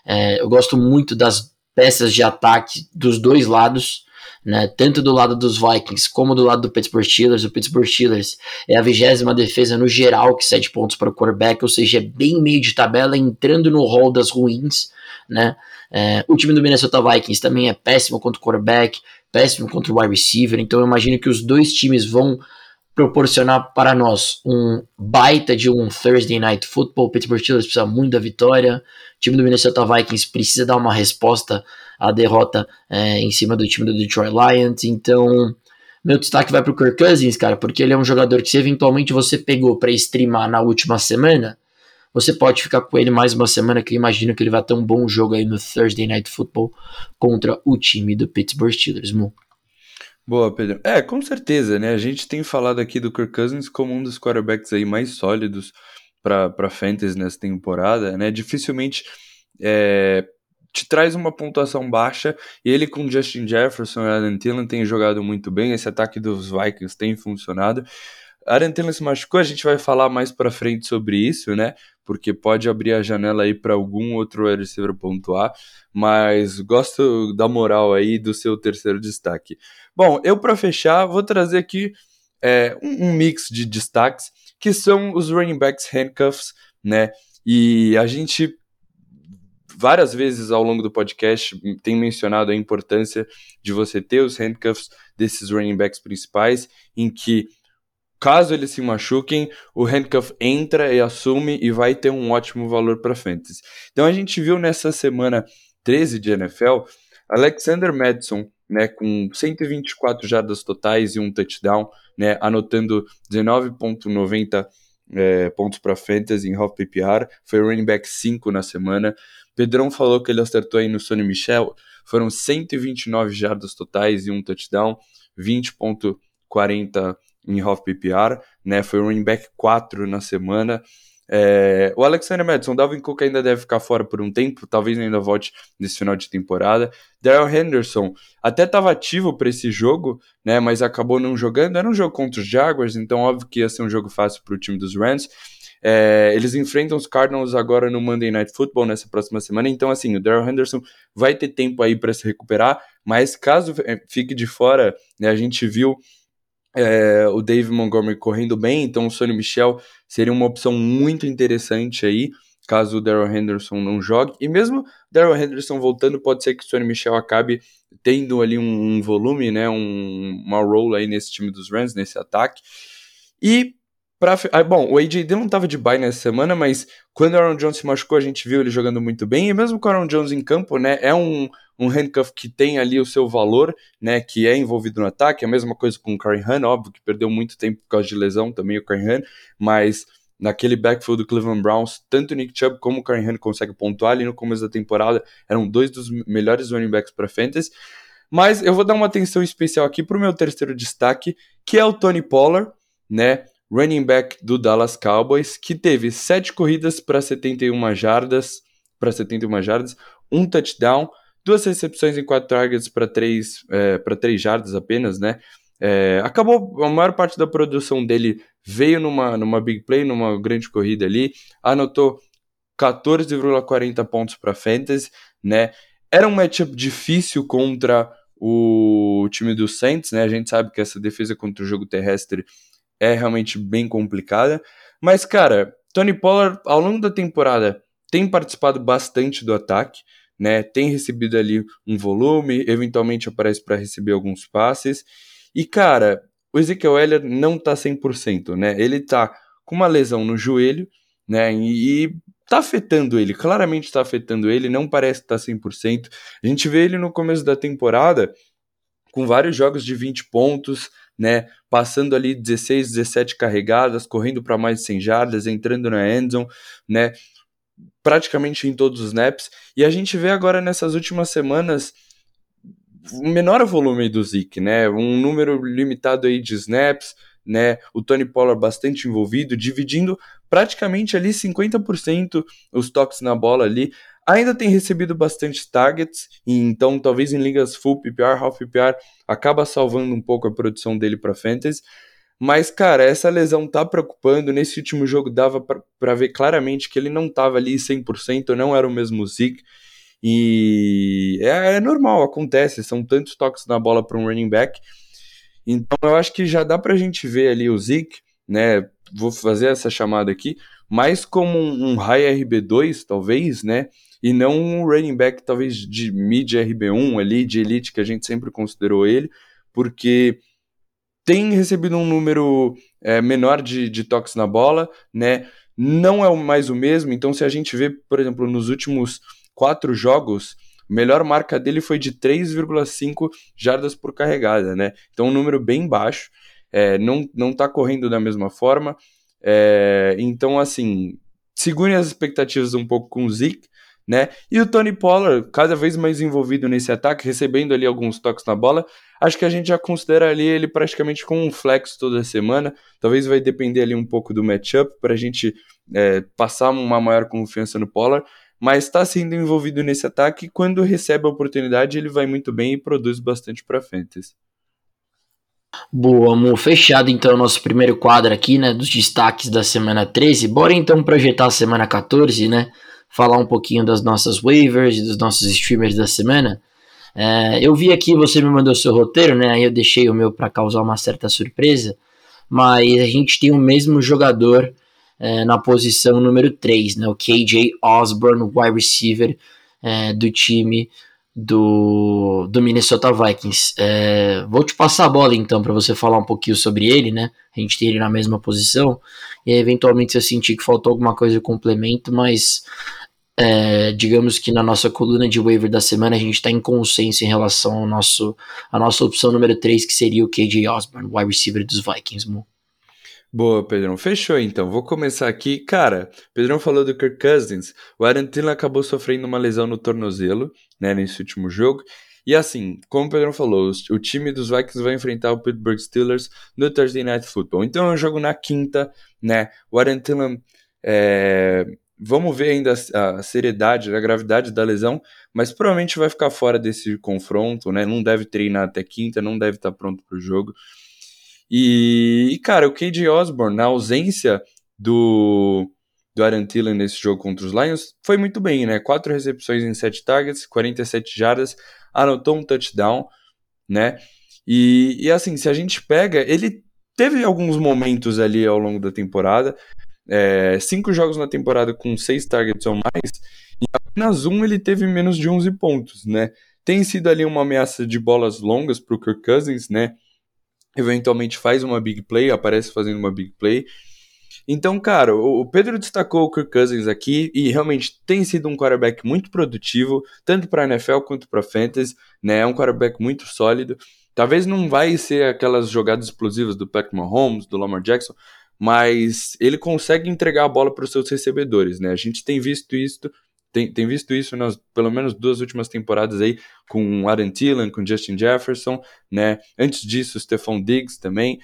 É, eu gosto muito das peças de ataque dos dois lados, né, tanto do lado dos Vikings como do lado do Pittsburgh Steelers. O Pittsburgh Steelers é a vigésima defesa no geral que cede pontos para o quarterback, ou seja, é bem meio de tabela, entrando no hall das ruins, né. É, o time do Minnesota Vikings também é péssimo contra o quarterback, péssimo contra o wide receiver, então eu imagino que os dois times vão proporcionar para nós um baita de um Thursday Night Football. O Pittsburgh Steelers precisa muito da vitória, o time do Minnesota Vikings precisa dar uma resposta à derrota é, em cima do time do Detroit Lions. Então meu destaque vai para o Kirk Cousins, cara, porque ele é um jogador que se eventualmente você pegou para streamar na última semana, você pode ficar com ele mais uma semana, que eu imagino que ele vai ter um bom jogo aí no Thursday Night Football contra o time do Pittsburgh Steelers. Mo. Boa, Pedro. É, com certeza, né? A gente tem falado aqui do Kirk Cousins como um dos quarterbacks aí mais sólidos para fantasy nessa temporada, né? Dificilmente é, te traz uma pontuação baixa, e ele com Justin Jefferson e Adam Thielen tem jogado muito bem, esse ataque dos Vikings tem funcionado. Adam Thielen se machucou, a gente vai falar mais para frente sobre isso, né? Porque pode abrir a janela aí para algum outro wide receiver pontuar, mas gosto da moral aí do seu terceiro destaque. Bom, eu para fechar vou trazer aqui é, um, um mix de destaques, que são os running backs handcuffs, né? E a gente várias vezes ao longo do podcast tem mencionado a importância de você ter os handcuffs desses running backs principais, em que caso eles se machuquem, o handcuff entra e assume e vai ter um ótimo valor para fantasy. Então a gente viu nessa semana treze de N F L, Alexander Mattison, né, com cento e vinte e quatro jardas totais e um touchdown, né, anotando dezenove vírgula noventa é, pontos para fantasy em half P P R, foi running back cinco na semana. Pedrão falou que ele acertou aí no Sonny Michel, foram cento e vinte e nove jardas totais e um touchdown, vinte vírgula quarenta em half P P R, né, foi running back quatro na semana. É, o Alexander Mattison, o Dalvin Cook ainda deve ficar fora por um tempo, talvez ainda volte nesse final de temporada. Darrell Henderson até estava ativo para esse jogo, né, mas acabou não jogando. Era um jogo contra os Jaguars, então óbvio que ia ser um jogo fácil para o time dos Rams. É, eles enfrentam os Cardinals agora no Monday Night Football nessa próxima semana, então assim, o Darrell Henderson vai ter tempo aí para se recuperar, mas caso fique de fora, né, a gente viu É, o Dave Montgomery correndo bem, então o Sonny Michel seria uma opção muito interessante aí, caso o Darrell Henderson não jogue, e mesmo Darrell Henderson voltando, pode ser que o Sonny Michel acabe tendo ali um, um volume, né, um, uma role aí nesse time dos Rams, nesse ataque. E Pra, ah, bom, o A J Dillon tava de bye nessa semana, mas quando o Aaron Jones se machucou, a gente viu ele jogando muito bem, e mesmo com o Aaron Jones em campo, né, é um, um handcuff que tem ali o seu valor, né, que é envolvido no ataque, a mesma coisa com o Kareem Hunt, óbvio que perdeu muito tempo por causa de lesão também o Kareem Hunt, mas naquele backfield do Cleveland Browns, tanto o Nick Chubb como o Kareem Hunt conseguem pontuar ali no começo da temporada, eram dois dos melhores running backs para fantasy. Mas eu vou dar uma atenção especial aqui pro meu terceiro destaque, que é o Tony Pollard, né, running back do Dallas Cowboys, que teve sete corridas para setenta e uma jardas, para setenta e uma jardas, um touchdown, duas recepções em quatro targets para três, é, para três jardas apenas, né? É, acabou, a maior parte da produção dele veio numa, numa big play, numa grande corrida ali, anotou catorze vírgula quarenta pontos para fantasy, né? Era um matchup difícil contra o time do Saints, né? A gente sabe que essa defesa contra o jogo terrestre é realmente bem complicada, mas cara, Tony Pollard ao longo da temporada tem participado bastante do ataque, né, tem recebido ali um volume, eventualmente aparece para receber alguns passes, e cara, o Ezekiel Elliott não tá cem por cento, né, ele tá com uma lesão no joelho, né, e, e tá afetando ele, claramente tá afetando ele, não parece que tá cem por cento, a gente vê ele no começo da temporada com vários jogos de vinte pontos, né, passando ali dezesseis, dezessete carregadas, correndo para mais de cem jardas, entrando na endzone, né, praticamente em todos os snaps, e a gente vê agora nessas últimas semanas um menor volume do Zeke, né, um número limitado aí de snaps, né, o Tony Pollard bastante envolvido, dividindo praticamente ali cinquenta por cento os toques na bola ali, ainda tem recebido bastante targets, e então talvez em ligas full P P R, half P P R, acaba salvando um pouco a produção dele para fantasy, mas cara, essa lesão tá preocupando, nesse último jogo dava para ver claramente que ele não tava ali cem por cento, não era o mesmo Zeke, E é, é normal, acontece, são tantos toques na bola para um running back. Então eu acho que já dá pra gente ver ali o Zeke, né? Vou fazer essa chamada aqui, mais como um, um high R B dois, talvez, né? E não um running back, talvez, de mid R B um ali, de elite, que a gente sempre considerou ele, porque tem recebido um número é, menor de, de toques na bola, né? Não é mais o mesmo, então se a gente vê, por exemplo, nos últimos quatro jogos, a melhor marca dele foi de três vírgula cinco jardas por carregada, né? Então um número bem baixo, é, não, não tá correndo da mesma forma, é, então assim, segurem as expectativas um pouco com o Zeke, né? E o Tony Pollard, cada vez mais envolvido nesse ataque, recebendo ali alguns toques na bola, acho que a gente já considera ali ele praticamente como um flex toda semana, talvez vai depender ali um pouco do matchup para a gente é, passar uma maior confiança no Pollard, mas está sendo envolvido nesse ataque e quando recebe a oportunidade ele vai muito bem e produz bastante para fantasy. Boa, amor. Fechado então o nosso primeiro quadro aqui, né, dos destaques da semana treze. Bora então projetar a semana quatorze, né? Falar um pouquinho das nossas waivers e dos nossos streamers da semana. É, eu vi aqui, você me mandou seu roteiro, né? Aí eu deixei o meu para causar uma certa surpresa, mas a gente tem o mesmo jogador é, na posição número três, né? O K J Osborne, wide receiver é, do time do, do Minnesota Vikings. É, vou te passar a bola então para você falar um pouquinho sobre ele, né? A gente tem ele na mesma posição e eventualmente se eu sentir que faltou alguma coisa eu complemento, mas é, digamos que na nossa coluna de waiver da semana a gente está em consenso em relação ao nosso, à nossa opção número três, que seria o K J Osborne, wide receiver dos Vikings, Mo. Boa, Pedrão. Fechou, então. Vou começar aqui. Cara, Pedrão falou do Kirk Cousins. O Adam Thielen acabou sofrendo uma lesão no tornozelo, né, nesse último jogo. E assim, como o Pedrão falou, o time dos Vikings vai enfrentar o Pittsburgh Steelers no Thursday Night Football. Então é um jogo na quinta, né? O Adam Thielen, é... vamos ver ainda a seriedade, a gravidade da lesão, mas provavelmente vai ficar fora desse confronto, né? Não deve treinar até quinta, não deve estar pronto para o jogo. E, e, cara, o K J Osborne, na ausência do, do Adam Thielen nesse jogo contra os Lions, foi muito bem, né? Quatro recepções em sete targets, quarenta e sete jardas, anotou um touchdown, né? E, e assim, se a gente pega, ele teve alguns momentos ali ao longo da temporada, é, cinco jogos na temporada com seis targets ou mais, e apenas um ele teve menos de onze pontos, né? Tem sido ali uma ameaça de bolas longas para o Kirk Cousins, né? Eventualmente faz uma big play, aparece fazendo uma big play. Então, cara, o Pedro destacou o Kirk Cousins aqui e realmente tem sido um quarterback muito produtivo, tanto para a N F L quanto para Fantasy, né? É um quarterback muito sólido. Talvez não vai ser aquelas jogadas explosivas do Patrick Mahomes, do Lamar Jackson, mas ele consegue entregar a bola para os seus recebedores, né? A gente tem visto isso, tem, tem visto isso nas pelo menos duas últimas temporadas aí, com Adam Thielen, com Justin Jefferson, né? Antes disso, Stephon Diggs também.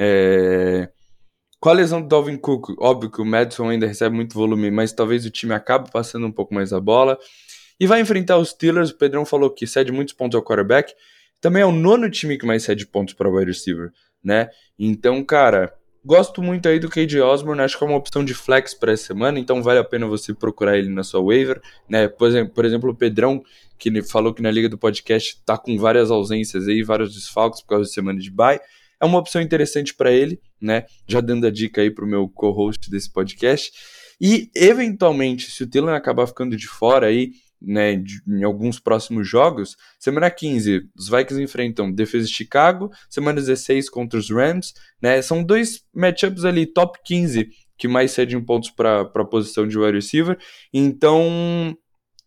É... Com a lesão do Dalvin Cook, óbvio que o Madison ainda recebe muito volume, mas talvez o time acabe passando um pouco mais a bola. E vai enfrentar os Steelers, o Pedrão falou que cede muitos pontos ao quarterback. Também é o nono time que mais cede pontos para o wide receiver, né? Então, cara, gosto muito aí do K J Osborne, acho que é uma opção de flex para essa semana, então vale a pena você procurar ele na sua waiver, né? Por exemplo, por exemplo, o Pedrão, que falou que na liga do podcast tá com várias ausências aí, vários desfalques por causa de semana de bye. É uma opção interessante para ele, né? Já dando a dica aí pro meu co-host desse podcast. E, eventualmente, se o Thielen acabar ficando de fora aí, né, de, em alguns próximos jogos, semana quinze, os Vikings enfrentam defesa de Chicago, semana dezesseis contra os Rams, né? São dois matchups ali, top quinze, que mais cedem pontos para a posição de wide receiver. Então,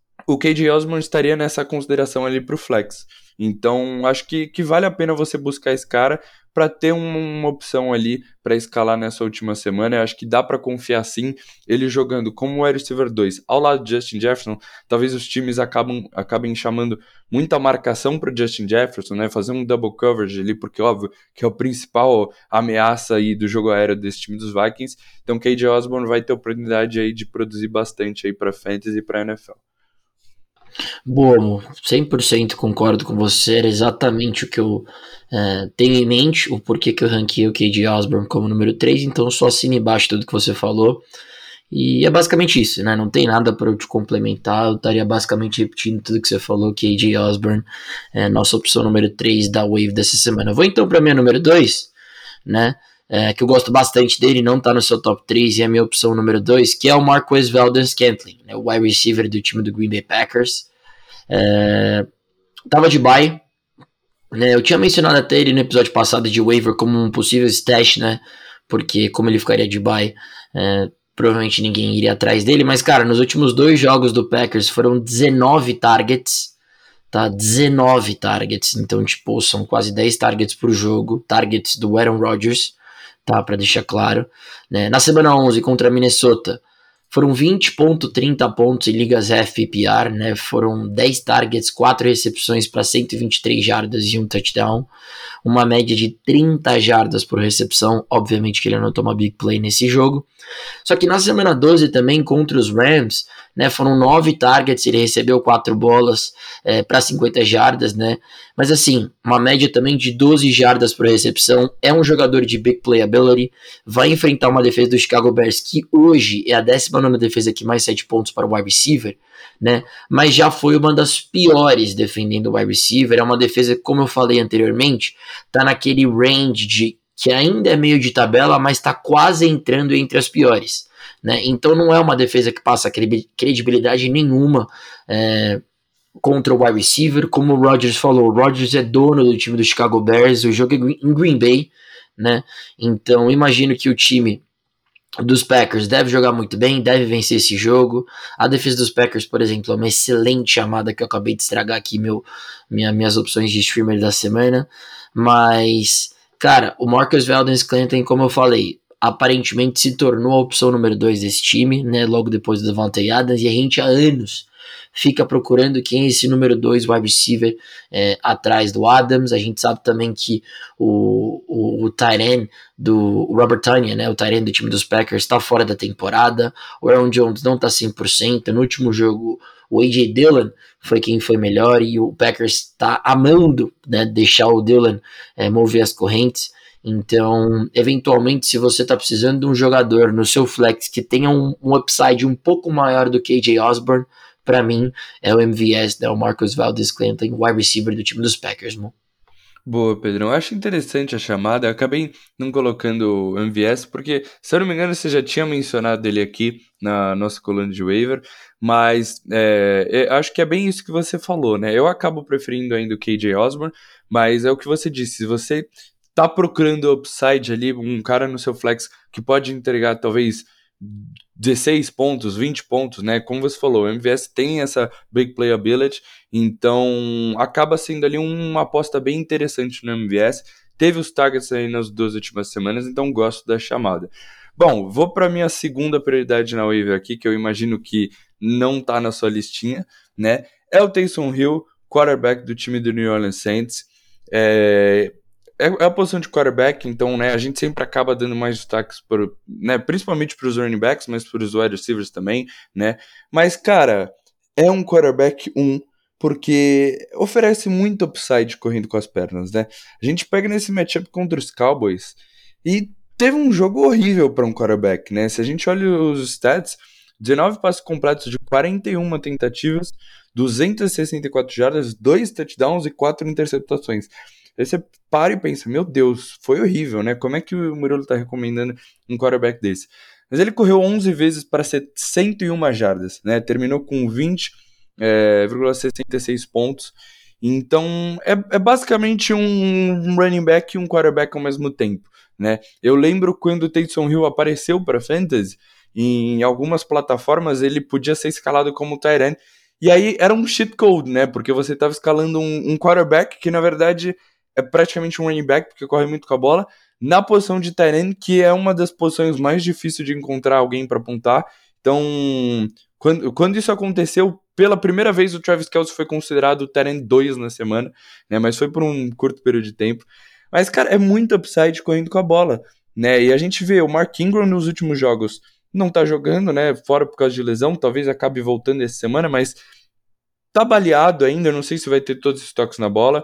o K J Osborne estaria nessa consideração ali pro flex. Então, acho que, que vale a pena você buscar esse cara para ter uma, uma opção ali para escalar nessa última semana. Eu acho que dá para confiar sim, ele jogando como wide receiver dois ao lado de Justin Jefferson. Talvez os times acabam, acabem chamando muita marcação para Justin Jefferson, né? Fazer um double coverage ali, porque óbvio que é o principal ameaça aí do jogo aéreo desse time dos Vikings. Então, K J Osborne vai ter oportunidade aí de produzir bastante aí para Fantasy e para N F L. Boa, amor, cem por cento concordo com você, era exatamente o que eu é, tenho em mente, o porquê que eu ranqueei o K J Osborne como número três, então só assino embaixo tudo que você falou, E é basicamente isso, né? Não tem nada para eu te complementar. Eu estaria basicamente repetindo tudo que você falou, que A J Osborne é nossa opção número três da Wave dessa semana. Eu vou então para minha número dois, né? É, que eu gosto bastante dele, não tá no seu top três, e é a minha opção número dois, que é o Marquez Valdes-Scantling, né? O wide receiver do time do Green Bay Packers. É, tava de bye, né? Eu tinha mencionado até ele no episódio passado de waiver como um possível stash, né? Porque como ele ficaria de bye, é, provavelmente ninguém iria atrás dele. Mas, cara, nos últimos dois jogos do Packers foram dezenove targets, tá? dezenove targets. Então, tipo, são quase dez targets por jogo. Targets do Aaron Rodgers, tá? Pra deixar claro. Né? Na semana onze contra a Minnesota, foram vinte vírgula trinta pontos em ligas F P P R, né? Foram dez targets, quatro recepções para cento e vinte e três jardas e um touchdown. Uma média de trinta jardas por recepção. Obviamente que ele não toma big play nesse jogo. Só que na semana doze também, contra os Rams, né, foram nove targets, ele recebeu quatro bolas é, para cinquenta jardas, né? Mas assim, uma média também de doze jardas por recepção. É um jogador de big playability. Vai enfrentar uma defesa do Chicago Bears que hoje é a décima nona defesa que mais sete pontos para o wide receiver, né? Mas já foi uma das piores defendendo o wide receiver. É uma defesa que, como eu falei anteriormente, tá naquele range de que ainda é meio de tabela, mas está quase entrando entre as piores, né? Então não é uma defesa que passa credibilidade nenhuma é, contra o wide receiver. Como o Rodgers falou, o Rodgers é dono do time do Chicago Bears, o jogo é em Green Bay, né? Então imagino que o time dos Packers deve jogar muito bem, deve vencer esse jogo. A defesa dos Packers, por exemplo, é uma excelente chamada que eu acabei de estragar aqui meu, minha, minhas opções de streamer da semana, mas cara, o Marquez Valdes-Scantling, como eu falei, aparentemente se tornou a opção número dois desse time, né, logo depois do Davante Adams, e a gente há anos fica procurando quem é esse número dois wide receiver é, atrás do Adams. A gente sabe também que o, o, o tight end do Robert Tonyan, né, o tight end do time dos Packers, está fora da temporada. O Aaron Jones não está cem por cento. No último jogo, o A J Dillon foi quem foi melhor, e o Packers está amando, né, deixar o Dillon é, mover as correntes. Então, eventualmente, se você está precisando de um jogador no seu flex que tenha um, um upside um pouco maior do que A J Osborne, para mim é o M V S, né, o Marquez Valdes-Scantling, wide receiver do time dos Packers, mano. Boa, Pedrão. Eu acho interessante a chamada. Eu acabei não colocando o M V S, porque, se eu não me engano, você já tinha mencionado ele aqui na nossa coluna de waiver, mas é, acho que é bem isso que você falou, né? Eu acabo preferindo ainda o K J Osborne, mas é o que você disse. Se você tá procurando upside ali, um cara no seu flex que pode entregar talvez dezesseis pontos, vinte pontos, né? Como você falou, o M V S tem essa big playability, então acaba sendo ali uma aposta bem interessante no M V S. Teve os targets aí nas duas últimas semanas, então gosto da chamada. Bom, vou para minha segunda prioridade na waiver aqui, que eu imagino que não tá na sua listinha, né? É o Taysom Hill, quarterback do time do New Orleans Saints. É... É a posição de quarterback, então, né, a gente sempre acaba dando mais destaques, por, né, principalmente para os running backs, mas para os wide receivers também, né, mas, cara, é um quarterback um, porque oferece muito upside correndo com as pernas, né, a gente pega nesse matchup contra os Cowboys e teve um jogo horrível para um quarterback, né, se a gente olha os stats, dezenove passes completos de quarenta e uma tentativas, duzentas e sessenta e quatro jardas, dois touchdowns e quatro interceptações. Aí você para e pensa, meu Deus, foi horrível, né? Como é que o Murilo tá recomendando um quarterback desse? Mas ele correu onze vezes para cento e uma jardas, né? Terminou com vinte vírgula sessenta e seis pontos. Então, é, é basicamente um running back e um quarterback ao mesmo tempo, né? Eu lembro quando o Taysom Hill apareceu para Fantasy, em algumas plataformas ele podia ser escalado como tight end, e aí era um cheat code, né? Porque você estava escalando um, um quarterback que, na verdade, é praticamente um running back, porque corre muito com a bola, na posição de tight end, que é uma das posições mais difíceis de encontrar alguém para apontar. Então, quando, quando isso aconteceu, pela primeira vez o Travis Kelce foi considerado o tight end dois na semana, né? Mas foi por um curto período de tempo. Mas, cara, é muito upside correndo com a bola, né? E a gente vê o Mark Ingram nos últimos jogos não tá jogando, né? Fora por causa de lesão, talvez acabe voltando essa semana, mas tá baleado ainda, não sei se vai ter todos os toques na bola.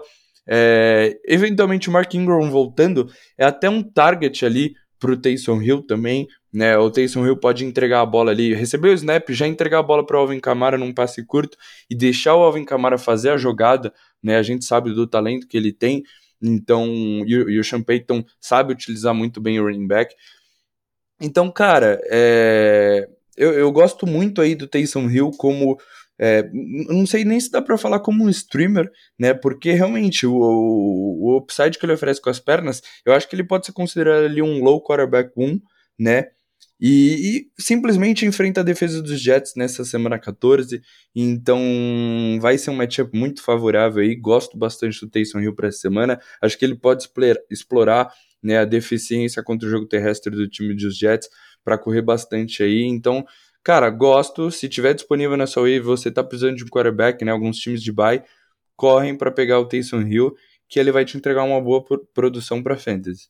É, eventualmente o Mark Ingram voltando é até um target ali pro Taysom Hill também, né? O Taysom Hill pode entregar a bola ali, receber o snap, já entregar a bola para o Alvin Kamara num passe curto e deixar o Alvin Kamara fazer a jogada, né? A gente sabe do talento que ele tem, então, e, e o Sean Payton sabe utilizar muito bem o running back. Então, cara, é, eu, eu gosto muito aí do Taysom Hill como... É, não sei nem se dá pra falar como um streamer, né, porque realmente o, o, o upside que ele oferece com as pernas, eu acho que ele pode ser considerado ali um low quarterback um, né, e, e simplesmente enfrenta a defesa dos Jets nessa semana catorze, então vai ser um matchup muito favorável aí, gosto bastante do Taysom Hill para essa semana, acho que ele pode explorar, explorar né, a deficiência contra o jogo terrestre do time dos Jets para correr bastante aí, então cara, gosto, se tiver disponível na sua wave, você tá precisando de um quarterback, né, alguns times de bye, correm para pegar o Taysom Hill, que ele vai te entregar uma boa produção para fantasy.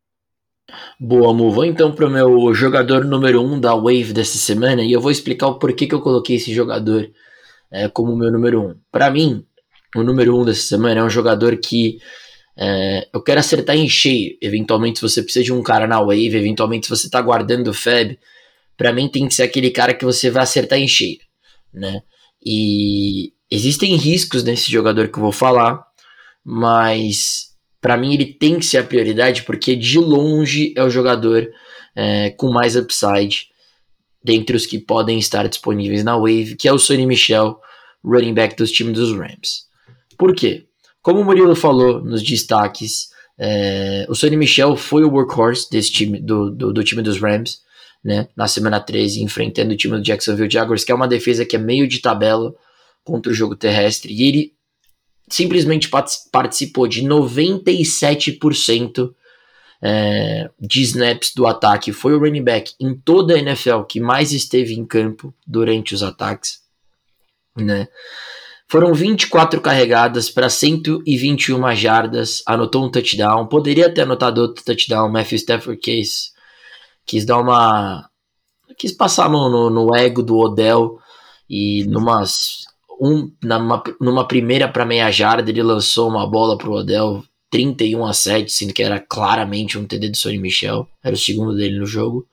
Boa, Mu. Vou então pro meu jogador número um da wave dessa semana e eu vou explicar o porquê que eu coloquei esse jogador é, como meu número um. Para mim, o número um dessa semana é um jogador que é, eu quero acertar em cheio. Eventualmente, se você precisa de um cara na wave, eventualmente, se você tá guardando o Fab, para mim tem que ser aquele cara que você vai acertar em cheio, né? E existem riscos nesse jogador que eu vou falar, mas para mim ele tem que ser a prioridade porque de longe é o jogador é, com mais upside dentre os que podem estar disponíveis na wave, que é o Sonny Michel, running back dos times dos Rams. Por quê? Como o Murilo falou nos destaques, é, o Sonny Michel foi o workhorse desse time, do, do, do time dos Rams, né, na semana treze, enfrentando o time do Jacksonville Jaguars, que é uma defesa que é meio de tabela contra o jogo terrestre, e ele simplesmente participou de noventa e sete por cento é, de snaps do ataque. Foi o running back em toda a N F L que mais esteve em campo durante os ataques, né? Foram vinte e quatro carregadas para cento e vinte e uma jardas, anotou um touchdown, poderia ter anotado outro touchdown. Matthew Stafford quis, quis dar uma... quis passar no, no, no ego do Odell e numa, um, numa, numa primeira para meia jarda ele lançou uma bola para o Odell trinta e um a sete, sendo que era claramente um T D do Sonny Michel, era o segundo dele no jogo.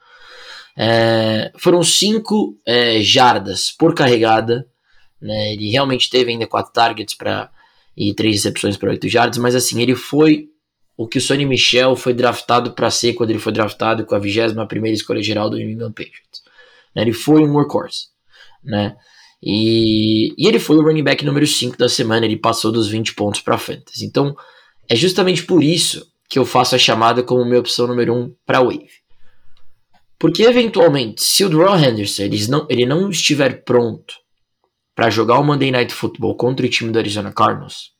É, foram cinco é, jardas por carregada, né? Ele realmente teve ainda quatro targets pra, e três recepções para oito jardas, mas assim, ele foi o que o Sonny Michel foi draftado para ser quando ele foi draftado com a vigésima primeira escolha geral do New England Patriots. Ele foi um workhorse, né? E, e ele foi o running back número cinco da semana, ele passou dos vinte pontos para fantasy. Então, é justamente por isso que eu faço a chamada como minha opção número um para wave. Porque, eventualmente, se o Darrell Henderson ele não, ele não estiver pronto para jogar o Monday Night Football contra o time do Arizona Cardinals,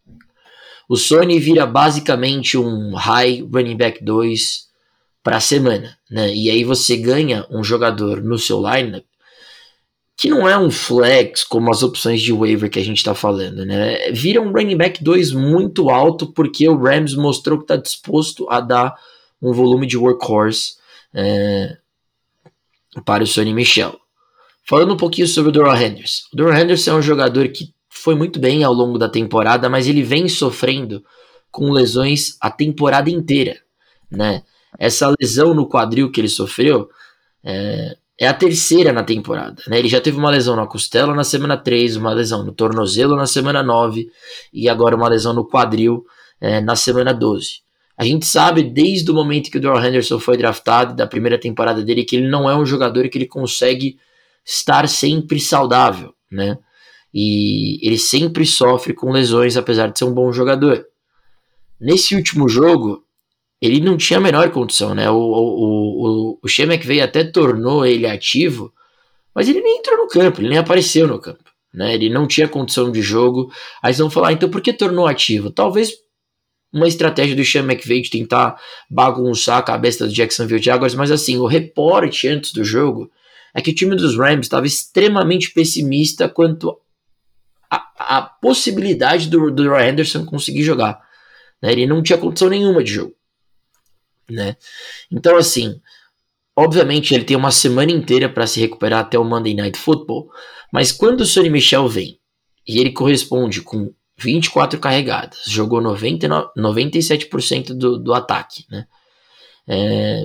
o Sonny vira basicamente um high running back dois para a semana, né? E aí você ganha um jogador no seu lineup que não é um flex como as opções de waiver que a gente está falando, né? Vira um running back dois muito alto porque o Rams mostrou que está disposto a dar um volume de workhorse é, para o Sonny Michel. Falando um pouquinho sobre o Darrell Henderson. O Darrell Henderson é um jogador que foi muito bem ao longo da temporada, mas ele vem sofrendo com lesões a temporada inteira, né? Essa lesão no quadril que ele sofreu é, é a terceira na temporada, né? Ele já teve uma lesão na costela na semana três, uma lesão no tornozelo na semana nove e agora uma lesão no quadril é, na semana doze. A gente sabe desde o momento que o Darrell Henderson foi draftado, da primeira temporada dele, que ele não é um jogador que ele consegue estar sempre saudável, né? E ele sempre sofre com lesões, apesar de ser um bom jogador. Nesse último jogo, ele não tinha a menor condição, né? O, o, o, o Sean McVay até tornou ele ativo, mas ele nem entrou no campo, ele nem apareceu no campo, né? Ele não tinha condição de jogo. Aí vocês vão falar, então por que tornou ativo? Talvez uma estratégia do Sean McVay de tentar bagunçar a cabeça do Jacksonville Jaguars, mas assim, o reporte antes do jogo é que o time dos Rams estava extremamente pessimista quanto a, a possibilidade do, do Darrell Henderson conseguir jogar, né? Ele não tinha condição nenhuma de jogo, né? Então assim, obviamente ele tem uma semana inteira para se recuperar até o Monday Night Football, mas quando o Sonny Michel vem e ele corresponde com vinte e quatro carregadas, jogou noventa e nove, noventa e sete por cento do, do ataque, né? É,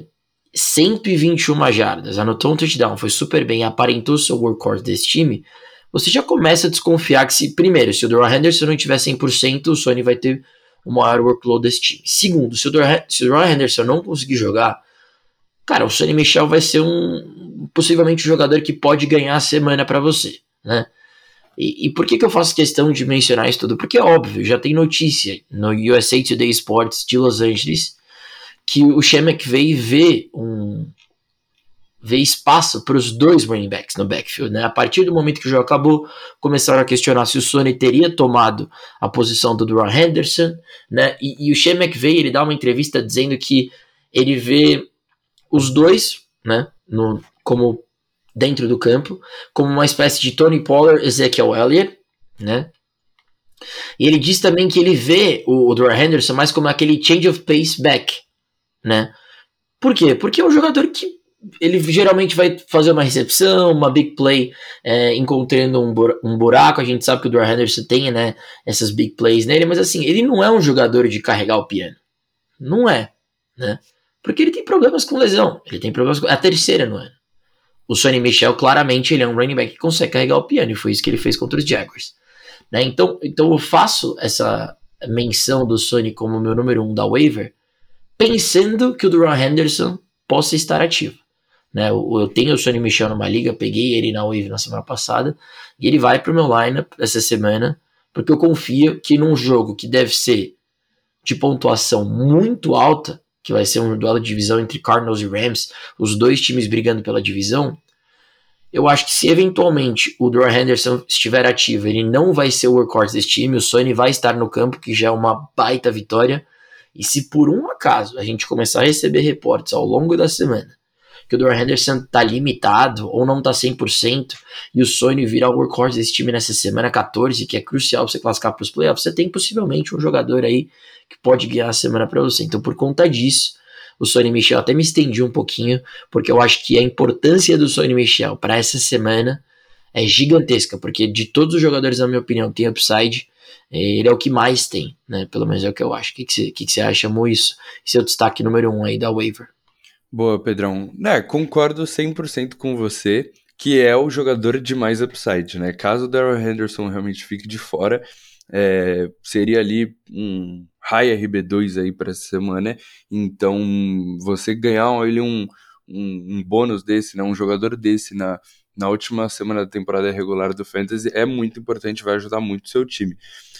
cento e vinte e uma jardas, anotou um touchdown, foi super bem, aparentou ser o workhorse desse time, você já começa a desconfiar que, se primeiro, se o Darrell Henderson não tiver cem por cento, o Sony vai ter o maior workload desse time. Segundo, se o Darrell Henderson não conseguir jogar, cara, o Sonny Michel vai ser um possivelmente um jogador que pode ganhar a semana para você, né? E, e por que, que eu faço questão de mencionar isso tudo? Porque é óbvio, já tem notícia no U S A Today Sports de Los Angeles que o Sean McVay vê, um, vê espaço para os dois running backs no backfield, né? A partir do momento que o jogo acabou, começaram a questionar se o Sonny teria tomado a posição do Darrell Henderson, né? E, e o Sean McVay, ele dá uma entrevista dizendo que ele vê os dois, né, no, como dentro do campo, como uma espécie de Tony Pollard, Ezekiel Elliott, né? E ele diz também que ele vê o, o Darrell Henderson mais como aquele change of pace back, né? Por quê? Porque é um jogador que ele geralmente vai fazer uma recepção, uma big play, é, encontrando um, bur- um buraco. A gente sabe que o Darrell Henderson tem, né, essas big plays nele, mas assim, ele não é um jogador de carregar o piano. Não é, né? Porque ele tem problemas com lesão. Ele tem problemas com... A terceira, não é? O Sonny Michel, claramente, ele é um running back que consegue carregar o piano. E foi isso que ele fez contra os Jaguars. Né? Então, então eu faço essa menção do Sonny como meu número um da waiver, pensando que o Darrell Henderson possa estar ativo. Né? Eu, eu tenho o Sonny Michel numa liga, peguei ele na waiver na semana passada, e ele vai pro meu lineup essa semana, porque eu confio que num jogo que deve ser de pontuação muito alta, que vai ser um duelo de divisão entre Cardinals e Rams, os dois times brigando pela divisão, eu acho que se eventualmente o Darrell Henderson estiver ativo, ele não vai ser o workhorse desse time, o Sonny vai estar no campo, que já é uma baita vitória, e se por um acaso a gente começar a receber reportes ao longo da semana que o Darrell Henderson está limitado ou não está cem por cento e o Sonny virar o workhorse desse time nessa semana catorze, que é crucial para você classificar para os playoffs, você tem possivelmente um jogador aí que pode ganhar a semana para você. Então, por conta disso, o Sonny Michel até me estendi um pouquinho, porque eu acho que a importância do Sonny Michel para essa semana é gigantesca, porque de todos os jogadores, na minha opinião, tem upside, ele é o que mais tem, né? Pelo menos é o que eu acho. O que, que, você, que, que você acha, Mo, isso? Esse é o destaque número um aí da waiver. Boa, Pedrão. É, concordo cem por cento com você, que é o jogador de mais upside, né? Caso o Darrell Henderson realmente fique de fora, é, seria ali um high R B dois aí para essa semana. Então, você ganhar ele um, um, um bônus desse, né? Um jogador desse na, na última semana da temporada regular do Fantasy é muito importante, vai ajudar muito o seu time.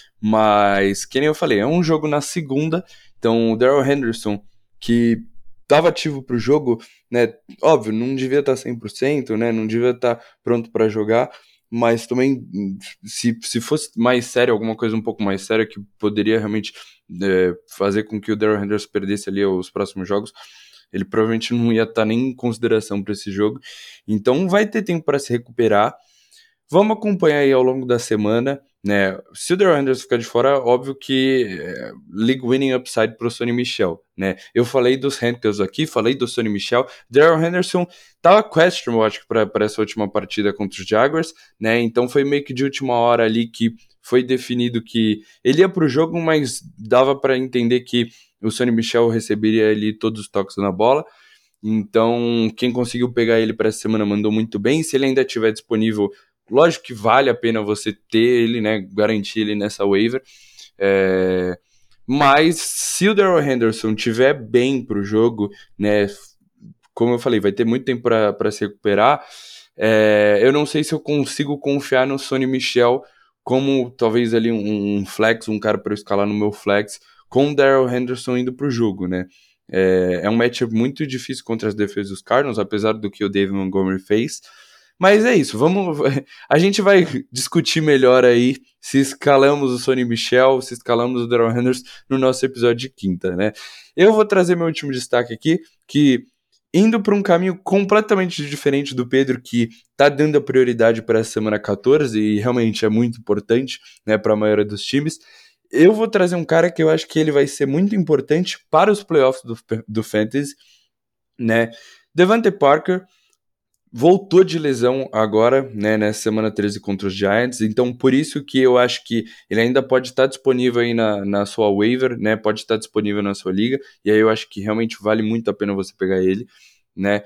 Mas, que nem eu falei, é um jogo na segunda, então o Darrell Henderson, que estava ativo para o jogo, né? Óbvio, não devia estar cem por cento, né? Não devia estar pronto para jogar, mas também, se, se fosse mais sério, alguma coisa um pouco mais séria que poderia realmente é, fazer com que o Darrell Henderson perdesse ali os próximos jogos, ele provavelmente não ia estar nem em consideração para esse jogo. Então vai ter tempo para se recuperar. Vamos acompanhar aí ao longo da semana, né? Se o Darrell Henderson ficar de fora, óbvio que é, league winning upside pro Sonny Michel, né? Eu falei dos handcuffs aqui, falei do Sonny Michel. Darrell Henderson tava questionable, acho que para essa última partida contra os Jaguars, né? Então foi meio que de última hora ali que foi definido que ele ia pro jogo, mas dava para entender que o Sonny Michel receberia ali todos os toques na bola. Então, quem conseguiu pegar ele para essa semana mandou muito bem. Se ele ainda estiver disponível, lógico que vale a pena você ter ele, né, garantir ele nessa waiver, é... mas se o Darrell Henderson estiver bem pro jogo, né, como eu falei, vai ter muito tempo para se recuperar, é... eu não sei se eu consigo confiar no Sonny Michel como talvez ali um, um flex, um cara para eu escalar no meu flex, com o Darrell Henderson indo pro jogo, né. É, é um matchup muito difícil contra as defesas dos Cardinals, apesar do que o David Montgomery fez. Mas é isso, vamos, a gente vai discutir melhor aí se escalamos o Sonny Michel, se escalamos o Darrell Henderson no nosso episódio de quinta, né? Eu vou trazer meu último destaque aqui, que indo para um caminho completamente diferente do Pedro, que tá dando a prioridade para essa semana catorze, e realmente é muito importante, né, para a maioria dos times, eu vou trazer um cara que eu acho que ele vai ser muito importante para os playoffs do, do Fantasy, né? Devante Parker voltou de lesão agora, né, nessa semana treze contra os Giants, então por isso que eu acho que ele ainda pode estar disponível aí na, na sua waiver, né, pode estar disponível na sua liga, e aí eu acho que realmente vale muito a pena você pegar ele. né?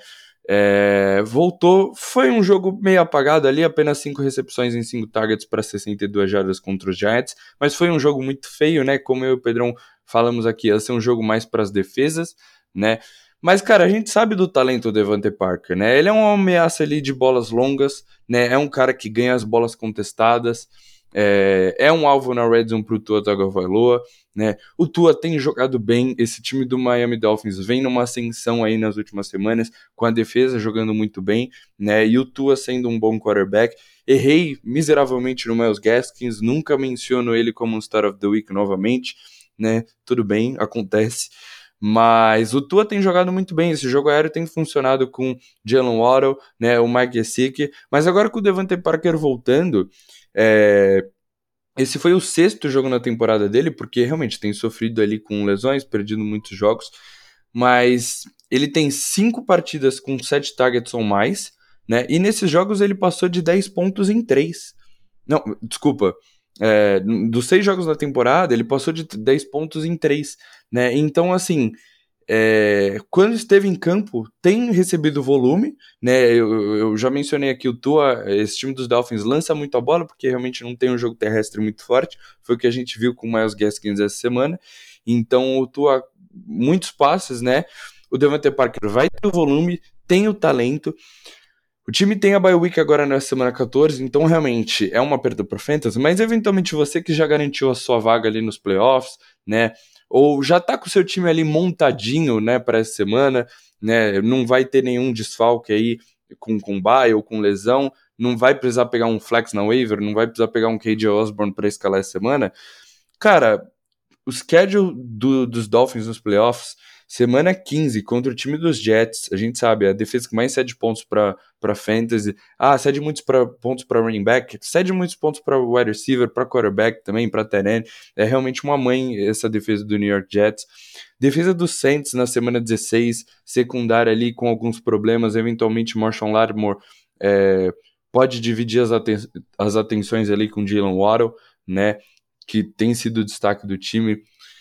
É, voltou, foi um jogo meio apagado ali, apenas cinco recepções em cinco targets para sessenta e duas jardas contra os Giants, mas foi um jogo muito feio, né? Como eu e o Pedrão falamos aqui, ia ser um jogo mais para as defesas, né? Mas, cara, a gente sabe do talento do Devante Parker, né? Ele é uma ameaça ali de bolas longas, né? É um cara que ganha as bolas contestadas, é, é um alvo na red zone pro Tua Tagovailoa, né? O Tua tem jogado bem, esse time do Miami Dolphins vem numa ascensão aí nas últimas semanas, com a defesa jogando muito bem, né? E o Tua sendo um bom quarterback. Errei miseravelmente no Myles Gaskins, nunca menciono ele como um Star of the Week novamente, né? Tudo bem, acontece. Mas o Tua tem jogado muito bem, esse jogo aéreo tem funcionado com Jalen Waddle, né? O Mike Gesicki, mas agora com o Devante Parker voltando, é... esse foi o sexto jogo na temporada dele, porque realmente tem sofrido ali com lesões, perdido muitos jogos, mas ele tem cinco partidas com sete targets ou mais, né? E nesses jogos ele passou de dez pontos em três. Não, desculpa. É, dos seis jogos da temporada, ele passou de dez pontos em três, né? Então, assim, é, quando esteve em campo, tem recebido volume, né? Eu, eu já mencionei aqui o Tua, esse time dos Dolphins lança muito a bola, porque realmente não tem um jogo terrestre muito forte, foi o que a gente viu com o Myles Gaskins essa semana. Então o Tua, muitos passes, né? O Devante Parker vai ter o volume, tem o talento. O time tem a bye week agora na semana quatorze, então realmente é uma perda para o Fantasy, mas eventualmente você que já garantiu a sua vaga ali nos playoffs, né? Ou já tá com o seu time ali montadinho, né, para essa semana, né? Não vai ter nenhum desfalque aí com, com bye ou com lesão, não vai precisar pegar um flex na waiver, não vai precisar pegar um K J Osborne para escalar essa semana. Cara, o schedule do, dos Dolphins nos playoffs, semana quinze contra o time dos Jets, a gente sabe, é a defesa que mais cede pontos para fantasy. Ah, cede muitos pra, pontos para running back, cede muitos pontos para wide receiver, para quarterback também, para tight end. É realmente uma mãe essa defesa do New York Jets. Defesa dos Saints na semana dezesseis, secundária ali com alguns problemas, eventualmente Marshawn Lattimore é, pode dividir as, aten as atenções ali com Jalen Waddle, né, que tem sido o destaque do time.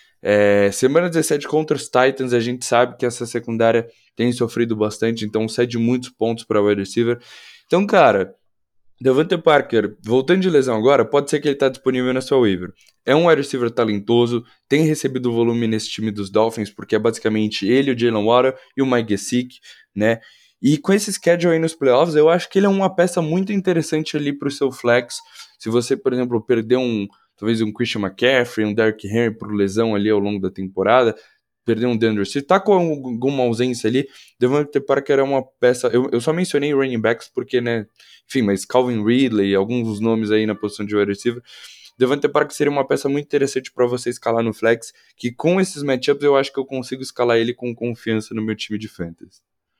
É, semana dezessete contra os Titans, a gente sabe que essa secundária tem sofrido bastante, então cede muitos pontos para o wide receiver. Então, cara, Devante Parker, voltando de lesão agora, pode ser que ele está disponível na sua waiver. É um wide receiver talentoso, tem recebido volume nesse time dos Dolphins, porque é basicamente ele, o Jalen Waddle e o Mike Gesicki, né? E com esse schedule aí nos playoffs, eu acho que ele é uma peça muito interessante ali para o seu flex. Se você, por exemplo, perder um talvez um Christian McCaffrey, um Derrick Henry por lesão ali ao longo da temporada, perder um DeAndre Swift, tá com alguma ausência ali, Devante Parker é uma peça, eu, eu só mencionei running backs porque, né, enfim, mas Calvin Ridley, alguns dos nomes aí na posição de wide receiver, Devante Parker seria uma peça muito interessante para você escalar no flex, que com esses matchups eu acho que eu consigo escalar ele com confiança no meu time de fantasy.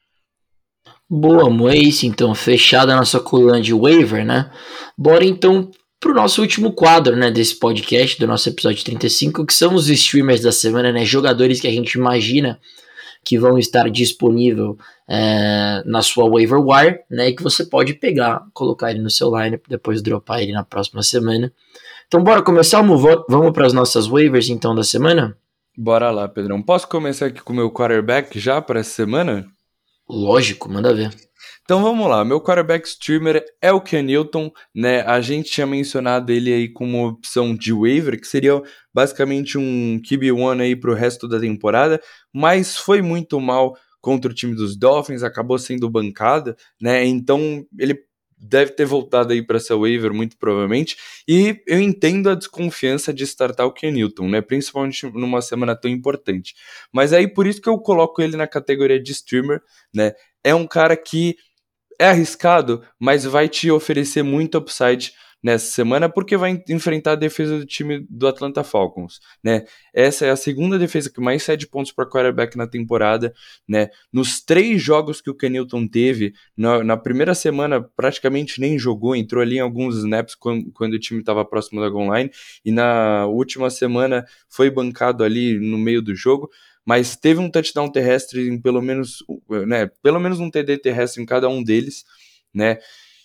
Boa, Moise, então, fechada a nossa coluna de waiver, né? Bora então para o nosso último quadro, né, desse podcast, do nosso episódio trinta e cinco, que são os streamers da semana, né, jogadores que a gente imagina que vão estar disponível é, na sua waiver wire, né, e que você pode pegar, colocar ele no seu lineup, depois dropar ele na próxima semana. Então bora começar, vamos para as nossas waivers então da semana? Bora lá, Pedrão. Posso começar aqui com o meu quarterback já para essa semana? Lógico, manda ver. Então vamos lá, meu quarterback streamer é o Ken Newton, né? A gente tinha mencionado ele aí como opção de waiver, que seria basicamente um Q B um aí pro resto da temporada, mas foi muito mal contra o time dos Dolphins, acabou sendo bancado, né? Então ele deve ter voltado aí para essa waiver, muito provavelmente, e eu entendo a desconfiança de startar o Ken Newton, né? Principalmente numa semana tão importante. Mas aí por isso que eu coloco ele na categoria de streamer, né? É um cara que é arriscado, mas vai te oferecer muito upside nessa semana, porque vai enfrentar a defesa do time do Atlanta Falcons, né? Essa é a segunda defesa que mais cede pontos para quarterback na temporada, né? Nos três jogos que o Ken Newton teve, na, na primeira semana praticamente nem jogou, entrou ali em alguns snaps quando, quando o time estava próximo da goal line, e na última semana foi bancado ali no meio do jogo, mas teve um touchdown terrestre em pelo menos, né, pelo menos um T D terrestre em cada um deles, né?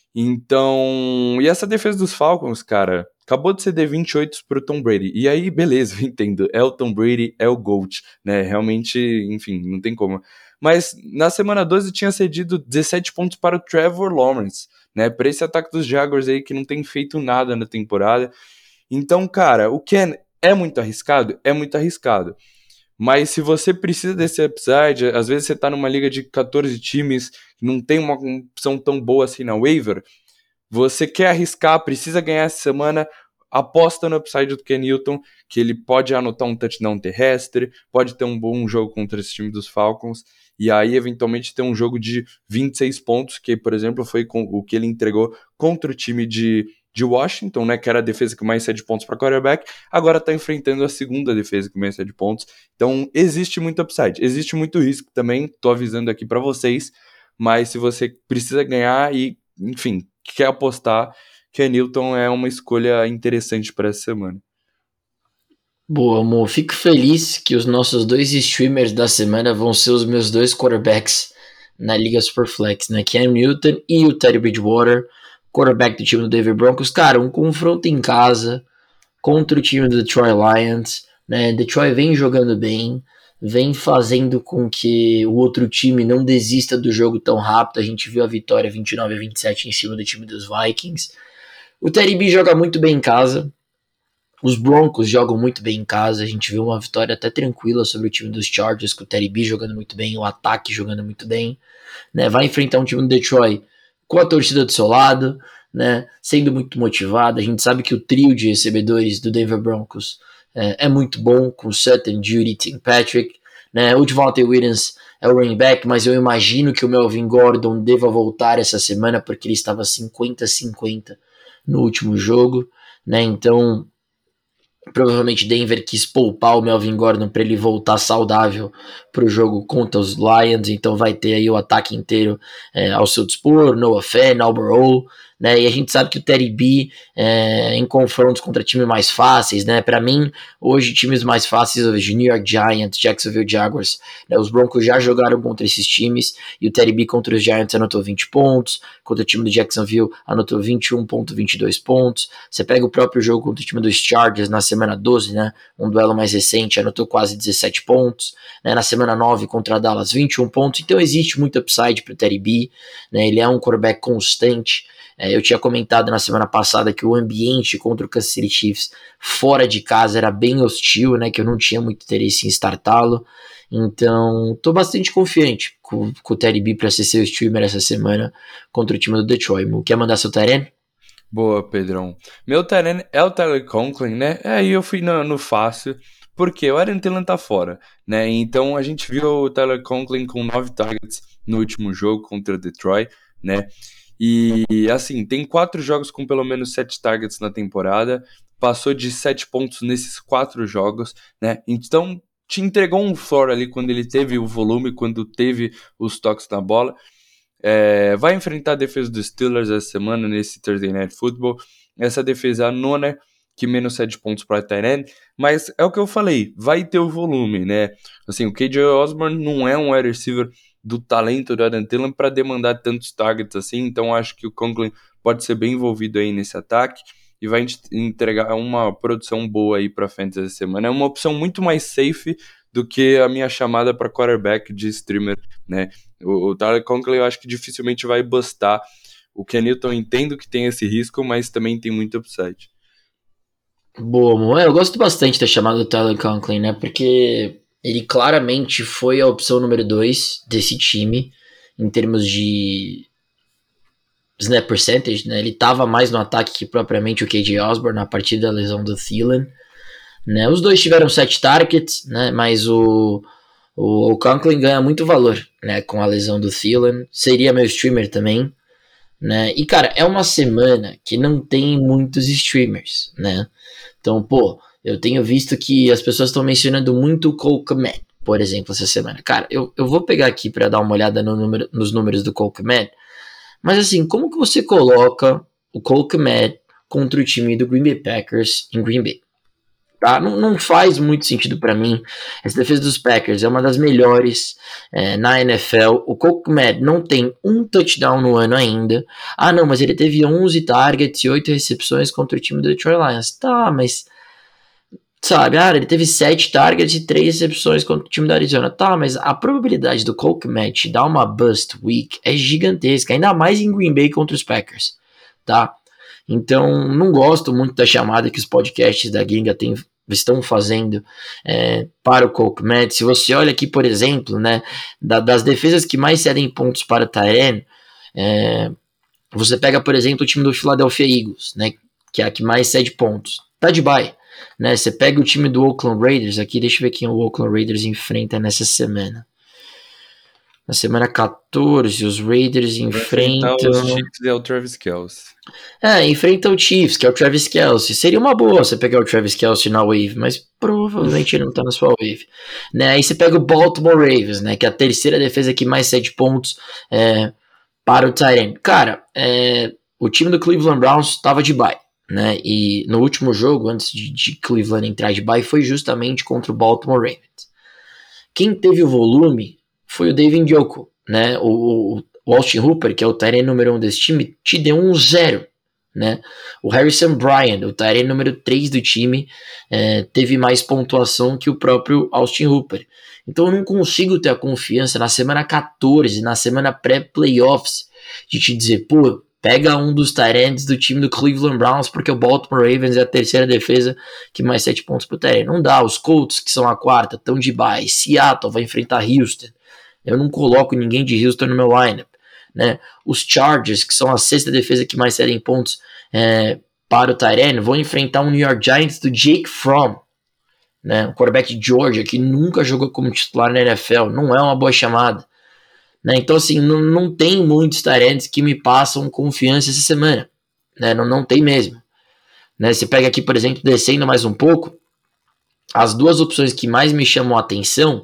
Então, e essa defesa dos Falcons, cara, acabou de ceder vinte e oito pro Tom Brady. E aí, beleza, eu entendo, é o Tom Brady, é o GOAT, né? Realmente, enfim, não tem como. mas na semana doze tinha cedido dezessete pontos para o Trevor Lawrence, né, para esse ataque dos Jaguars aí que não tem feito nada na temporada. Então, cara, o Ken é muito arriscado? É muito arriscado. Mas se você precisa desse upside, às vezes você tá numa liga de catorze times, não tem uma opção tão boa assim na waiver, você quer arriscar, precisa ganhar essa semana, aposta no upside do Ken Newton, que ele pode anotar um touchdown terrestre, pode ter um bom jogo contra esse time dos Falcons, e aí eventualmente ter um jogo de vinte e seis pontos, que por exemplo foi com o que ele entregou contra o time de, de Washington, né, que era a defesa que mais cede pontos para quarterback, agora está enfrentando a segunda defesa que mais cede pontos. Então existe muito upside, existe muito risco também, tô avisando aqui para vocês, mas se você precisa ganhar e, enfim, quer apostar, Ken Newton é uma escolha interessante para essa semana. Boa, amor. Fico feliz que os nossos dois streamers da semana vão ser os meus dois quarterbacks na Liga Superflex, né? Ken Newton e o Teddy Bridgewater, quarterback do time do Denver Broncos. Cara, um confronto em casa contra o time do Detroit Lions, né? Detroit vem jogando bem, vem fazendo com que o outro time não desista do jogo tão rápido. A gente viu a vitória vinte e nove a vinte e sete em cima do time dos Vikings. O Teddy B joga muito bem em casa. Os Broncos jogam muito bem em casa. A gente viu uma vitória até tranquila sobre o time dos Chargers, com o Teddy B jogando muito bem, o ataque jogando muito bem, né? Vai enfrentar um time do Detroit com a torcida do seu lado, né? Sendo muito motivado. A gente sabe que o trio de recebedores do Denver Broncos é, é muito bom, com Sutton, Judy, Tim Patrick, né? O Devontae Williams é o running back, mas eu imagino que o Melvin Gordon deva voltar essa semana, porque ele estava cinquenta a cinquenta no último jogo, né? Então provavelmente Denver quis poupar o Melvin Gordon para ele voltar saudável para o jogo contra os Lions, então vai ter aí o ataque inteiro é, ao seu dispor, Noah Fant, Alberto, né? E a gente sabe que o Teddy B é, em confrontos contra times mais fáceis, né? Para mim, hoje times mais fáceis, hoje New York Giants, Jacksonville Jaguars, né? Os Broncos já jogaram contra esses times e o Teddy B contra os Giants anotou vinte pontos, contra o time do Jacksonville anotou vinte e um vírgula vinte e dois pontos. Você pega o próprio jogo contra o time dos Chargers na semana doze, né? Um duelo mais recente, anotou quase dezessete pontos, né? Na semana nove contra a Dallas, vinte e um pontos. Então existe muito upside para o Teddy B, né? Ele é um quarterback constante. É, eu tinha comentado na semana passada que o ambiente contra o Kansas City Chiefs fora de casa era bem hostil, né? Que eu não tinha muito interesse em startá-lo. Então, tô bastante confiante com, com o Teddy B para ser seu streamer essa semana contra o time do Detroit. Quer mandar seu Tyrene? Boa, Pedrão. Meu Tyrene é o Tyler Conklin, né? Aí eu fui no, no fácil, porque o Aaron Thielen tá fora, né? Então a gente viu o Tyler Conklin com nove targets no último jogo contra o Detroit, né? E assim, tem quatro jogos com pelo menos sete targets na temporada, passou de sete pontos nesses quatro jogos, né? Então te entregou um floor ali quando ele teve o volume, quando teve os toques na bola. É, vai enfrentar a defesa dos Steelers essa semana nesse Thursday Night Football. Essa defesa é a nona que menos sete pontos para tight end, mas é o que eu falei, vai ter o volume, né? Assim, o K J Osborne não é um wide receiver do talento do Adam Thielen para demandar tantos targets assim, então acho que o Conklin pode ser bem envolvido aí nesse ataque e vai entregar uma produção boa aí para fantasy essa semana. É uma opção muito mais safe do que a minha chamada para quarterback de streamer, né? O, o Tyler Conklin eu acho que dificilmente vai bustar. O Ken Newton entendo que tem esse risco, mas também tem muito upside. Boa, amor. Eu gosto bastante da chamada do Tyler Conklin, né? Porque ele claramente foi a opção número dois desse time em termos de snap percentage, né? Ele estava mais no ataque que propriamente o K J Osborne a partir da lesão do Thielen, né? Os dois tiveram sete targets, né? Mas o, o, o Conklin ganha muito valor, né? Com a lesão do Thielen. Seria meu streamer também, né? E, cara, é uma semana que não tem muitos streamers, né? Então, pô, eu tenho visto que as pessoas estão mencionando muito o Cole Kmet, por exemplo, essa semana. Cara, eu, eu vou pegar aqui para dar uma olhada no número, nos números do Cole Kmet, mas assim, como que você coloca o Cole Kmet contra o time do Green Bay Packers em Green Bay? Tá? Não, não faz muito sentido para mim. Essa defesa dos Packers é uma das melhores é, na N F L. O Cole Kmet não tem um touchdown no ano ainda. Ah, não, mas ele teve onze targets e oito recepções contra o time do Detroit Lions. Tá, mas Sabe, ah, ele teve sete targets e três recepções contra o time da Arizona. Tá, mas a probabilidade do Cole Kmet dar uma bust week é gigantesca, ainda mais em Green Bay contra os Packers, tá? Então, não gosto muito da chamada que os podcasts da gringa tem, estão fazendo é, para o Cole Kmet. Se você olha aqui, por exemplo, né, da, das defesas que mais cedem pontos para o tight end, é, você pega, por exemplo, o time do Philadelphia Eagles, né, que é a que mais cede pontos. Tá de bye. Né, você pega o time do Oakland Raiders aqui, deixa eu ver quem o Oakland Raiders enfrenta nessa semana. Na semana catorze, os Raiders enfrentam... os Chiefs e o Travis Kelce. É, enfrenta o Chiefs, que é o Travis Kelce. Seria uma boa você pegar o Travis Kelce na wave, mas provavelmente ele não tá na sua wave. Né, aí você pega o Baltimore Ravens, né, que é a terceira defesa que mais cede pontos é, para o tight end. Cara, é, o time do Cleveland Browns estava de bye. Né, e no último jogo, antes de, de Cleveland entrar de bye, foi justamente contra o Baltimore Ravens. Quem teve o volume foi o David Njoku, né, o, o Austin Hooper, que é o tight end número um desse time, te deu um zero. Né? O Harrison Bryant, o tight end número três do time, é, teve mais pontuação que o próprio Austin Hooper. Então eu não consigo ter a confiança na semana catorze, na semana pré-playoffs, de te dizer, pô, pega um dos tight ends do time do Cleveland Browns, porque o Baltimore Ravens é a terceira defesa que mais sete pontos pro tight end. Não dá, os Colts, que são a quarta, estão de bye. Seattle vai enfrentar Houston. Eu não coloco ninguém de Houston no meu lineup. Né? Os Chargers, que são a sexta defesa que mais cedem pontos é, para o tight end, vão enfrentar um New York Giants do Jake Fromm. Né? Um quarterback de Georgia, que nunca jogou como titular na N F L. Não é uma boa chamada. Né? Então, assim, não, não tem muitos tight ends que me passam confiança essa semana. Né? Não, não tem mesmo. Né? Você pega aqui, por exemplo, descendo mais um pouco, as duas opções que mais me chamam a atenção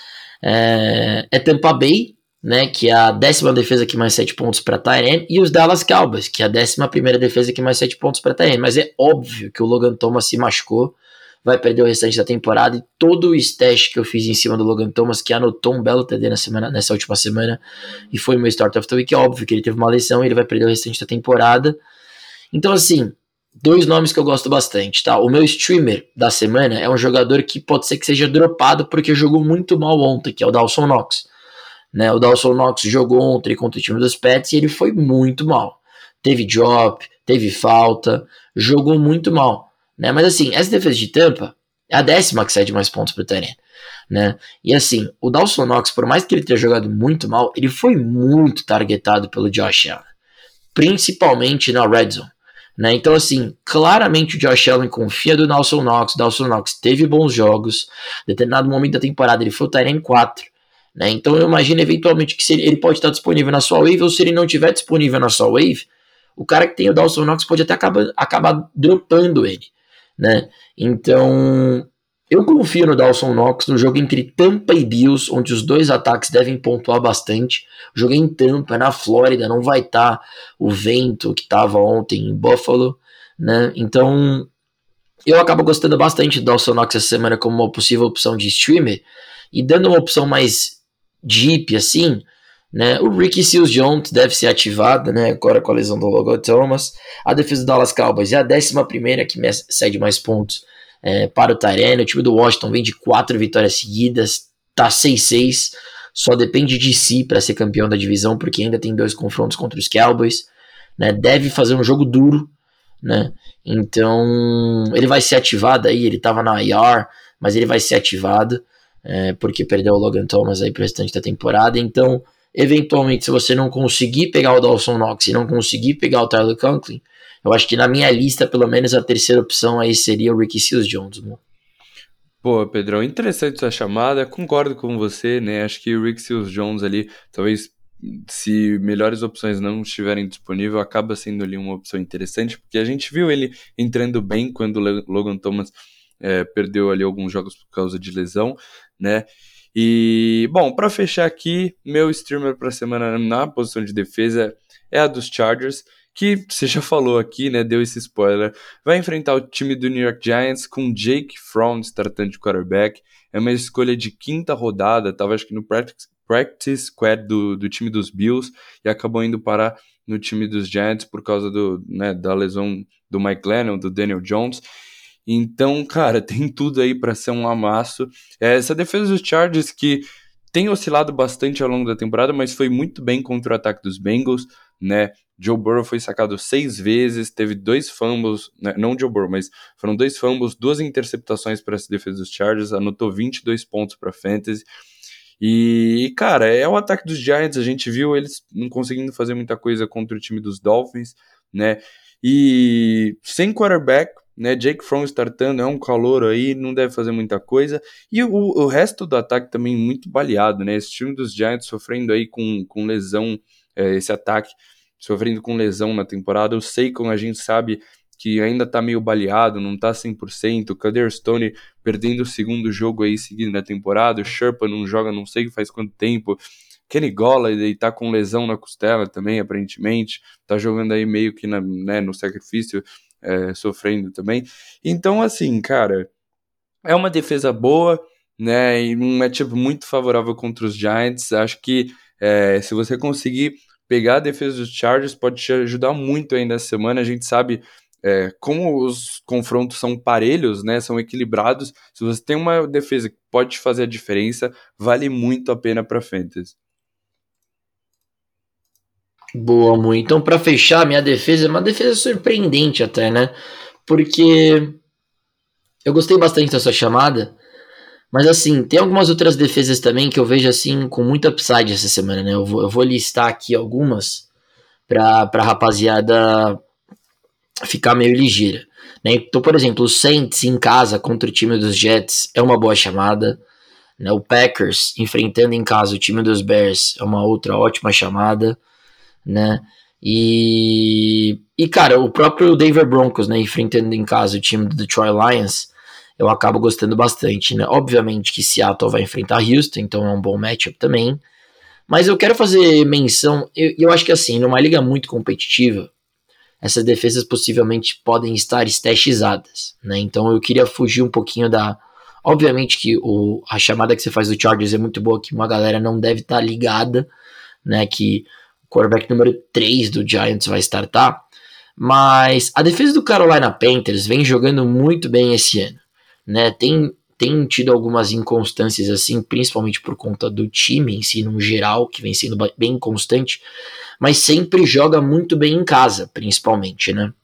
é, é Tampa Bay, né, que é a décima defesa que mais sete pontos para tight end, e os Dallas Cowboys, que é a décima primeira defesa que mais sete pontos para tight end. Mas é óbvio que o Logan Thomas se machucou, vai perder o restante da temporada, e todo o stash que eu fiz em cima do Logan Thomas, que anotou um belo T D na semana, nessa última semana, e foi o meu start of the week, é óbvio que ele teve uma lesão e ele vai perder o restante da temporada. Então, assim, dois nomes que eu gosto bastante, tá? O meu streamer da semana é um jogador que pode ser que seja dropado porque jogou muito mal ontem, que é o Dawson Knox. Né? O Dawson Knox jogou ontem contra o time dos Pets e ele foi muito mal. Teve drop, teve falta, jogou muito mal. Né? Mas assim, essa defesa de Tampa é a décima que cede mais pontos pro tight end. Né? E assim, o Dawson Knox, por mais que ele tenha jogado muito mal, ele foi muito targetado pelo Josh Allen, principalmente na red zone. Né? Então assim, claramente o Josh Allen confia do Dawson Knox. O Dawson Knox teve bons jogos, em determinado momento da temporada ele foi o tight end quatro. Né? Então eu imagino eventualmente que se ele, ele pode estar disponível na sua wave, ou se ele não estiver disponível na sua wave, o cara que tem o Dawson Knox pode até acabar, acabar dropando ele. Né? Então eu confio no Dawson Knox no jogo entre Tampa e Bills, onde os dois ataques devem pontuar bastante. O jogo é em Tampa, na Flórida, não vai estar o vento que estava ontem em Buffalo. Né? Então eu acabo gostando bastante do Dawson Knox essa semana como uma possível opção de streamer, e dando uma opção mais deep, assim, né, o Ricky Seals-Jones deve ser ativado, né, agora com a lesão do Logan Thomas. A defesa do Dallas Cowboys é a décima primeira que cede mais pontos é, para o tight end. O time do Washington vem de quatro vitórias seguidas, tá seis seis, só depende de si para ser campeão da divisão, porque ainda tem dois confrontos contra os Cowboys. Né, deve fazer um jogo duro, né, então ele vai ser ativado aí, ele estava na I R, mas ele vai ser ativado, é, porque perdeu o Logan Thomas aí pro restante da temporada. Então, eventualmente, se você não conseguir pegar o Dawson Knox e não conseguir pegar o Tyler Conklin, eu acho que na minha lista, pelo menos, a terceira opção aí seria o Ricky Seals-Jones. Né? Pô, Pedrão, interessante essa chamada, concordo com você, né, acho que o Ricky Seals-Jones ali, talvez, se melhores opções não estiverem disponíveis, acaba sendo ali uma opção interessante, porque a gente viu ele entrando bem quando o Logan Thomas É, perdeu ali alguns jogos por causa de lesão, né? E, bom, para fechar aqui, meu streamer para semana na posição de defesa é a dos Chargers, que você já falou aqui, né? Deu esse spoiler. Vai enfrentar o time do New York Giants com Jake Fromm startando de quarterback. É uma escolha de quinta rodada, tava acho que no practice, practice squad do, do time dos Bills e acabou indo parar no time dos Giants por causa do, né, da lesão do Mike Glennon, do Daniel Jones. Então, cara, tem tudo aí pra ser um amasso. É, essa defesa dos Chargers que tem oscilado bastante ao longo da temporada, mas foi muito bem contra o ataque dos Bengals, né? Joe Burrow foi sacado seis vezes, teve dois fumbles, né? Não Joe Burrow, mas foram dois fumbles, duas interceptações para essa defesa dos Chargers, anotou vinte e dois pontos para fantasy. E, cara, é o ataque dos Giants, a gente viu eles não conseguindo fazer muita coisa contra o time dos Dolphins, né? E sem quarterback, né? Jake Fromm startando, é um calouro aí, não deve fazer muita coisa. E o, o resto do ataque também muito baleado, né? Esse time dos Giants sofrendo aí com, com lesão, é, esse ataque sofrendo com lesão na temporada. O Saquon, a gente sabe que ainda tá meio baleado, não tá cem por cento. O Kader Stone perdendo o segundo jogo aí seguido na temporada. O Sherpa não joga não sei faz quanto tempo. Kenny Golladay tá com lesão na costela também, aparentemente. Tá jogando aí meio que na, né, no sacrifício, é, sofrendo também. Então, assim, cara, é uma defesa boa, né, e um matchup muito favorável contra os Giants. Acho que é, se você conseguir pegar a defesa dos Chargers, pode te ajudar muito aí nessa semana. A gente sabe é, como os confrontos são parelhos, né, são equilibrados. Se você tem uma defesa que pode fazer a diferença, vale muito a pena para fantasy. Boa, Mu. Então, para fechar, minha defesa é uma defesa surpreendente até, né? Porque eu gostei bastante da sua chamada, mas assim, tem algumas outras defesas também que eu vejo assim com muita upside essa semana, né? Eu vou, eu vou listar aqui algumas pra, pra rapaziada ficar meio ligeira, né? Então, por exemplo, o Saints em casa contra o time dos Jets é uma boa chamada, né? O Packers enfrentando em casa o time dos Bears é uma outra ótima chamada, né? E, e cara, o próprio Denver Broncos, né, enfrentando em casa o time do Detroit Lions, eu acabo gostando bastante, né? Obviamente que Seattle vai enfrentar Houston, então é um bom matchup também. Mas eu quero fazer menção, eu, eu acho que assim, numa liga muito competitiva, essas defesas possivelmente podem estar stachizadas, né? Então eu queria fugir um pouquinho da... Obviamente que o, a chamada que você faz do Chargers é muito boa, que uma galera não deve estar ligada, né? Que o quarterback número três do Giants vai startar. Mas a defesa do Carolina Panthers vem jogando muito bem esse ano, né? Tem, tem tido algumas inconstâncias assim, principalmente por conta do time em si, no geral, que vem sendo bem constante, mas sempre joga muito bem em casa, principalmente, né?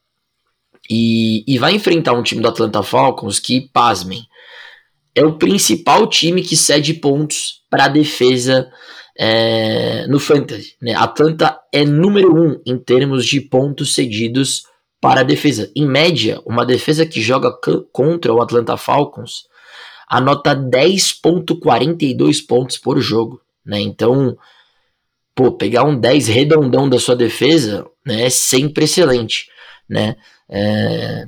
E, e vai enfrentar um time do Atlanta Falcons que, pasmem, é o principal time que cede pontos para a defesa é, no Fantasy, né? Atlanta é número um em termos de pontos cedidos para a defesa. Em média, uma defesa que joga c- contra o Atlanta Falcons anota dez vírgula quarenta e dois pontos por jogo, né? Então, pô, pegar um dez redondão da sua defesa, né, é sempre excelente, né? É...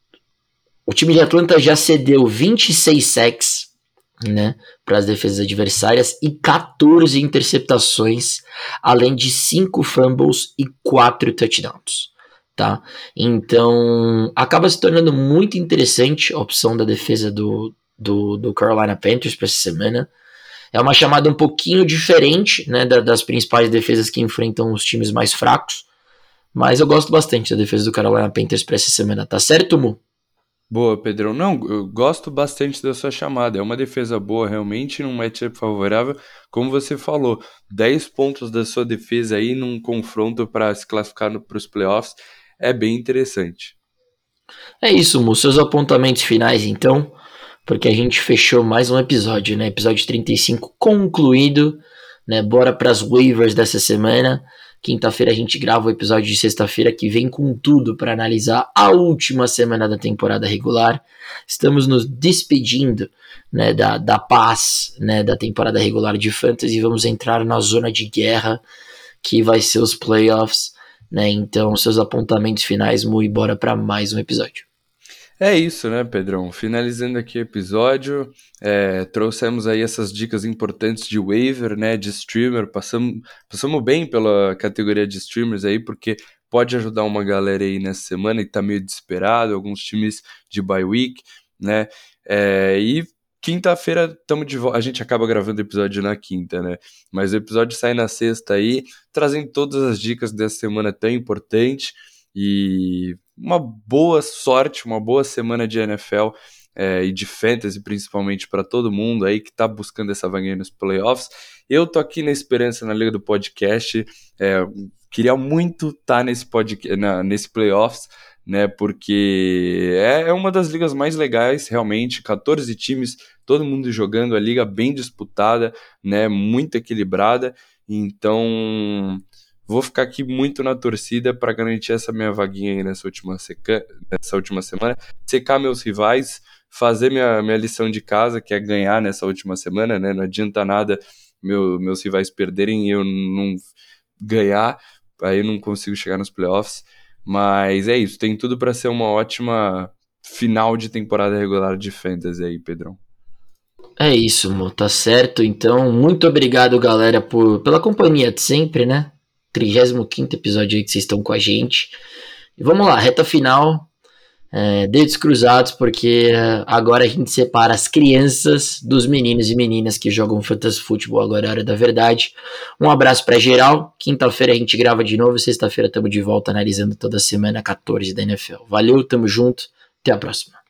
O time de Atlanta já cedeu vinte e seis sacks, né, para as defesas adversárias e quatorze interceptações, além de cinco fumbles e quatro touchdowns, tá? Então, acaba se tornando muito interessante a opção da defesa do, do, do Carolina Panthers para essa semana. É uma chamada um pouquinho diferente, né, das principais defesas que enfrentam os times mais fracos, mas eu gosto bastante da defesa do Carolina Panthers para essa semana, tá certo, Mu? Boa, Pedrão. Não, eu gosto bastante da sua chamada. É uma defesa boa, realmente, num matchup favorável. Como você falou, dez pontos da sua defesa aí num confronto para se classificar para os playoffs é bem interessante. É isso, Mu. Seus apontamentos finais, então, porque a gente fechou mais um episódio, né? Episódio trinta e cinco concluído, né? Bora para as waivers dessa semana. Quinta-feira a gente grava o episódio de sexta-feira que vem com tudo para analisar a última semana da temporada regular. Estamos nos despedindo, né, da, da paz, né, da temporada regular de Fantasy e vamos entrar na zona de guerra que vai ser os playoffs, né? Então, seus apontamentos finais, Mu, e bora para mais um episódio. É isso, né, Pedrão? Finalizando aqui o episódio, é, trouxemos aí essas dicas importantes de waiver, né, de streamer, passamos, passamos bem pela categoria de streamers aí, porque pode ajudar uma galera aí nessa semana que tá meio desesperado, alguns times de bye week, né, é, e quinta-feira estamos de volta, a gente acaba gravando o episódio na quinta, né, mas o episódio sai na sexta aí, trazendo todas as dicas dessa semana tão importante, e uma boa sorte, uma boa semana de N F L é, e de fantasy, principalmente para todo mundo aí que tá buscando essa vaguinha nos playoffs. Eu tô aqui na esperança na Liga do Podcast, é, queria muito estar tá nesse, podcast, na, nesse playoffs, né, porque é, é uma das ligas mais legais, realmente, quatorze times, todo mundo jogando, a liga bem disputada, né, muito equilibrada, então vou ficar aqui muito na torcida para garantir essa minha vaguinha aí nessa última, seca, nessa última semana, secar meus rivais, fazer minha, minha lição de casa, que é ganhar nessa última semana, né, não adianta nada meu, meus rivais perderem e eu não ganhar, aí eu não consigo chegar nos playoffs. Mas é isso, tem tudo para ser uma ótima final de temporada regular de Fantasy aí, Pedrão. É isso, Mo, tá certo. Então, muito obrigado, galera, por, pela companhia de sempre, né? trigésimo quinto episódio aí que vocês estão com a gente. E vamos lá, reta final. É, dedos cruzados, porque agora a gente separa as crianças dos meninos e meninas que jogam fantasy futebol. Agora é a hora da verdade. Um abraço pra geral. Quinta-feira a gente grava de novo. Sexta-feira estamos de volta analisando toda a semana quatorze da N F L. Valeu, tamo junto. Até a próxima.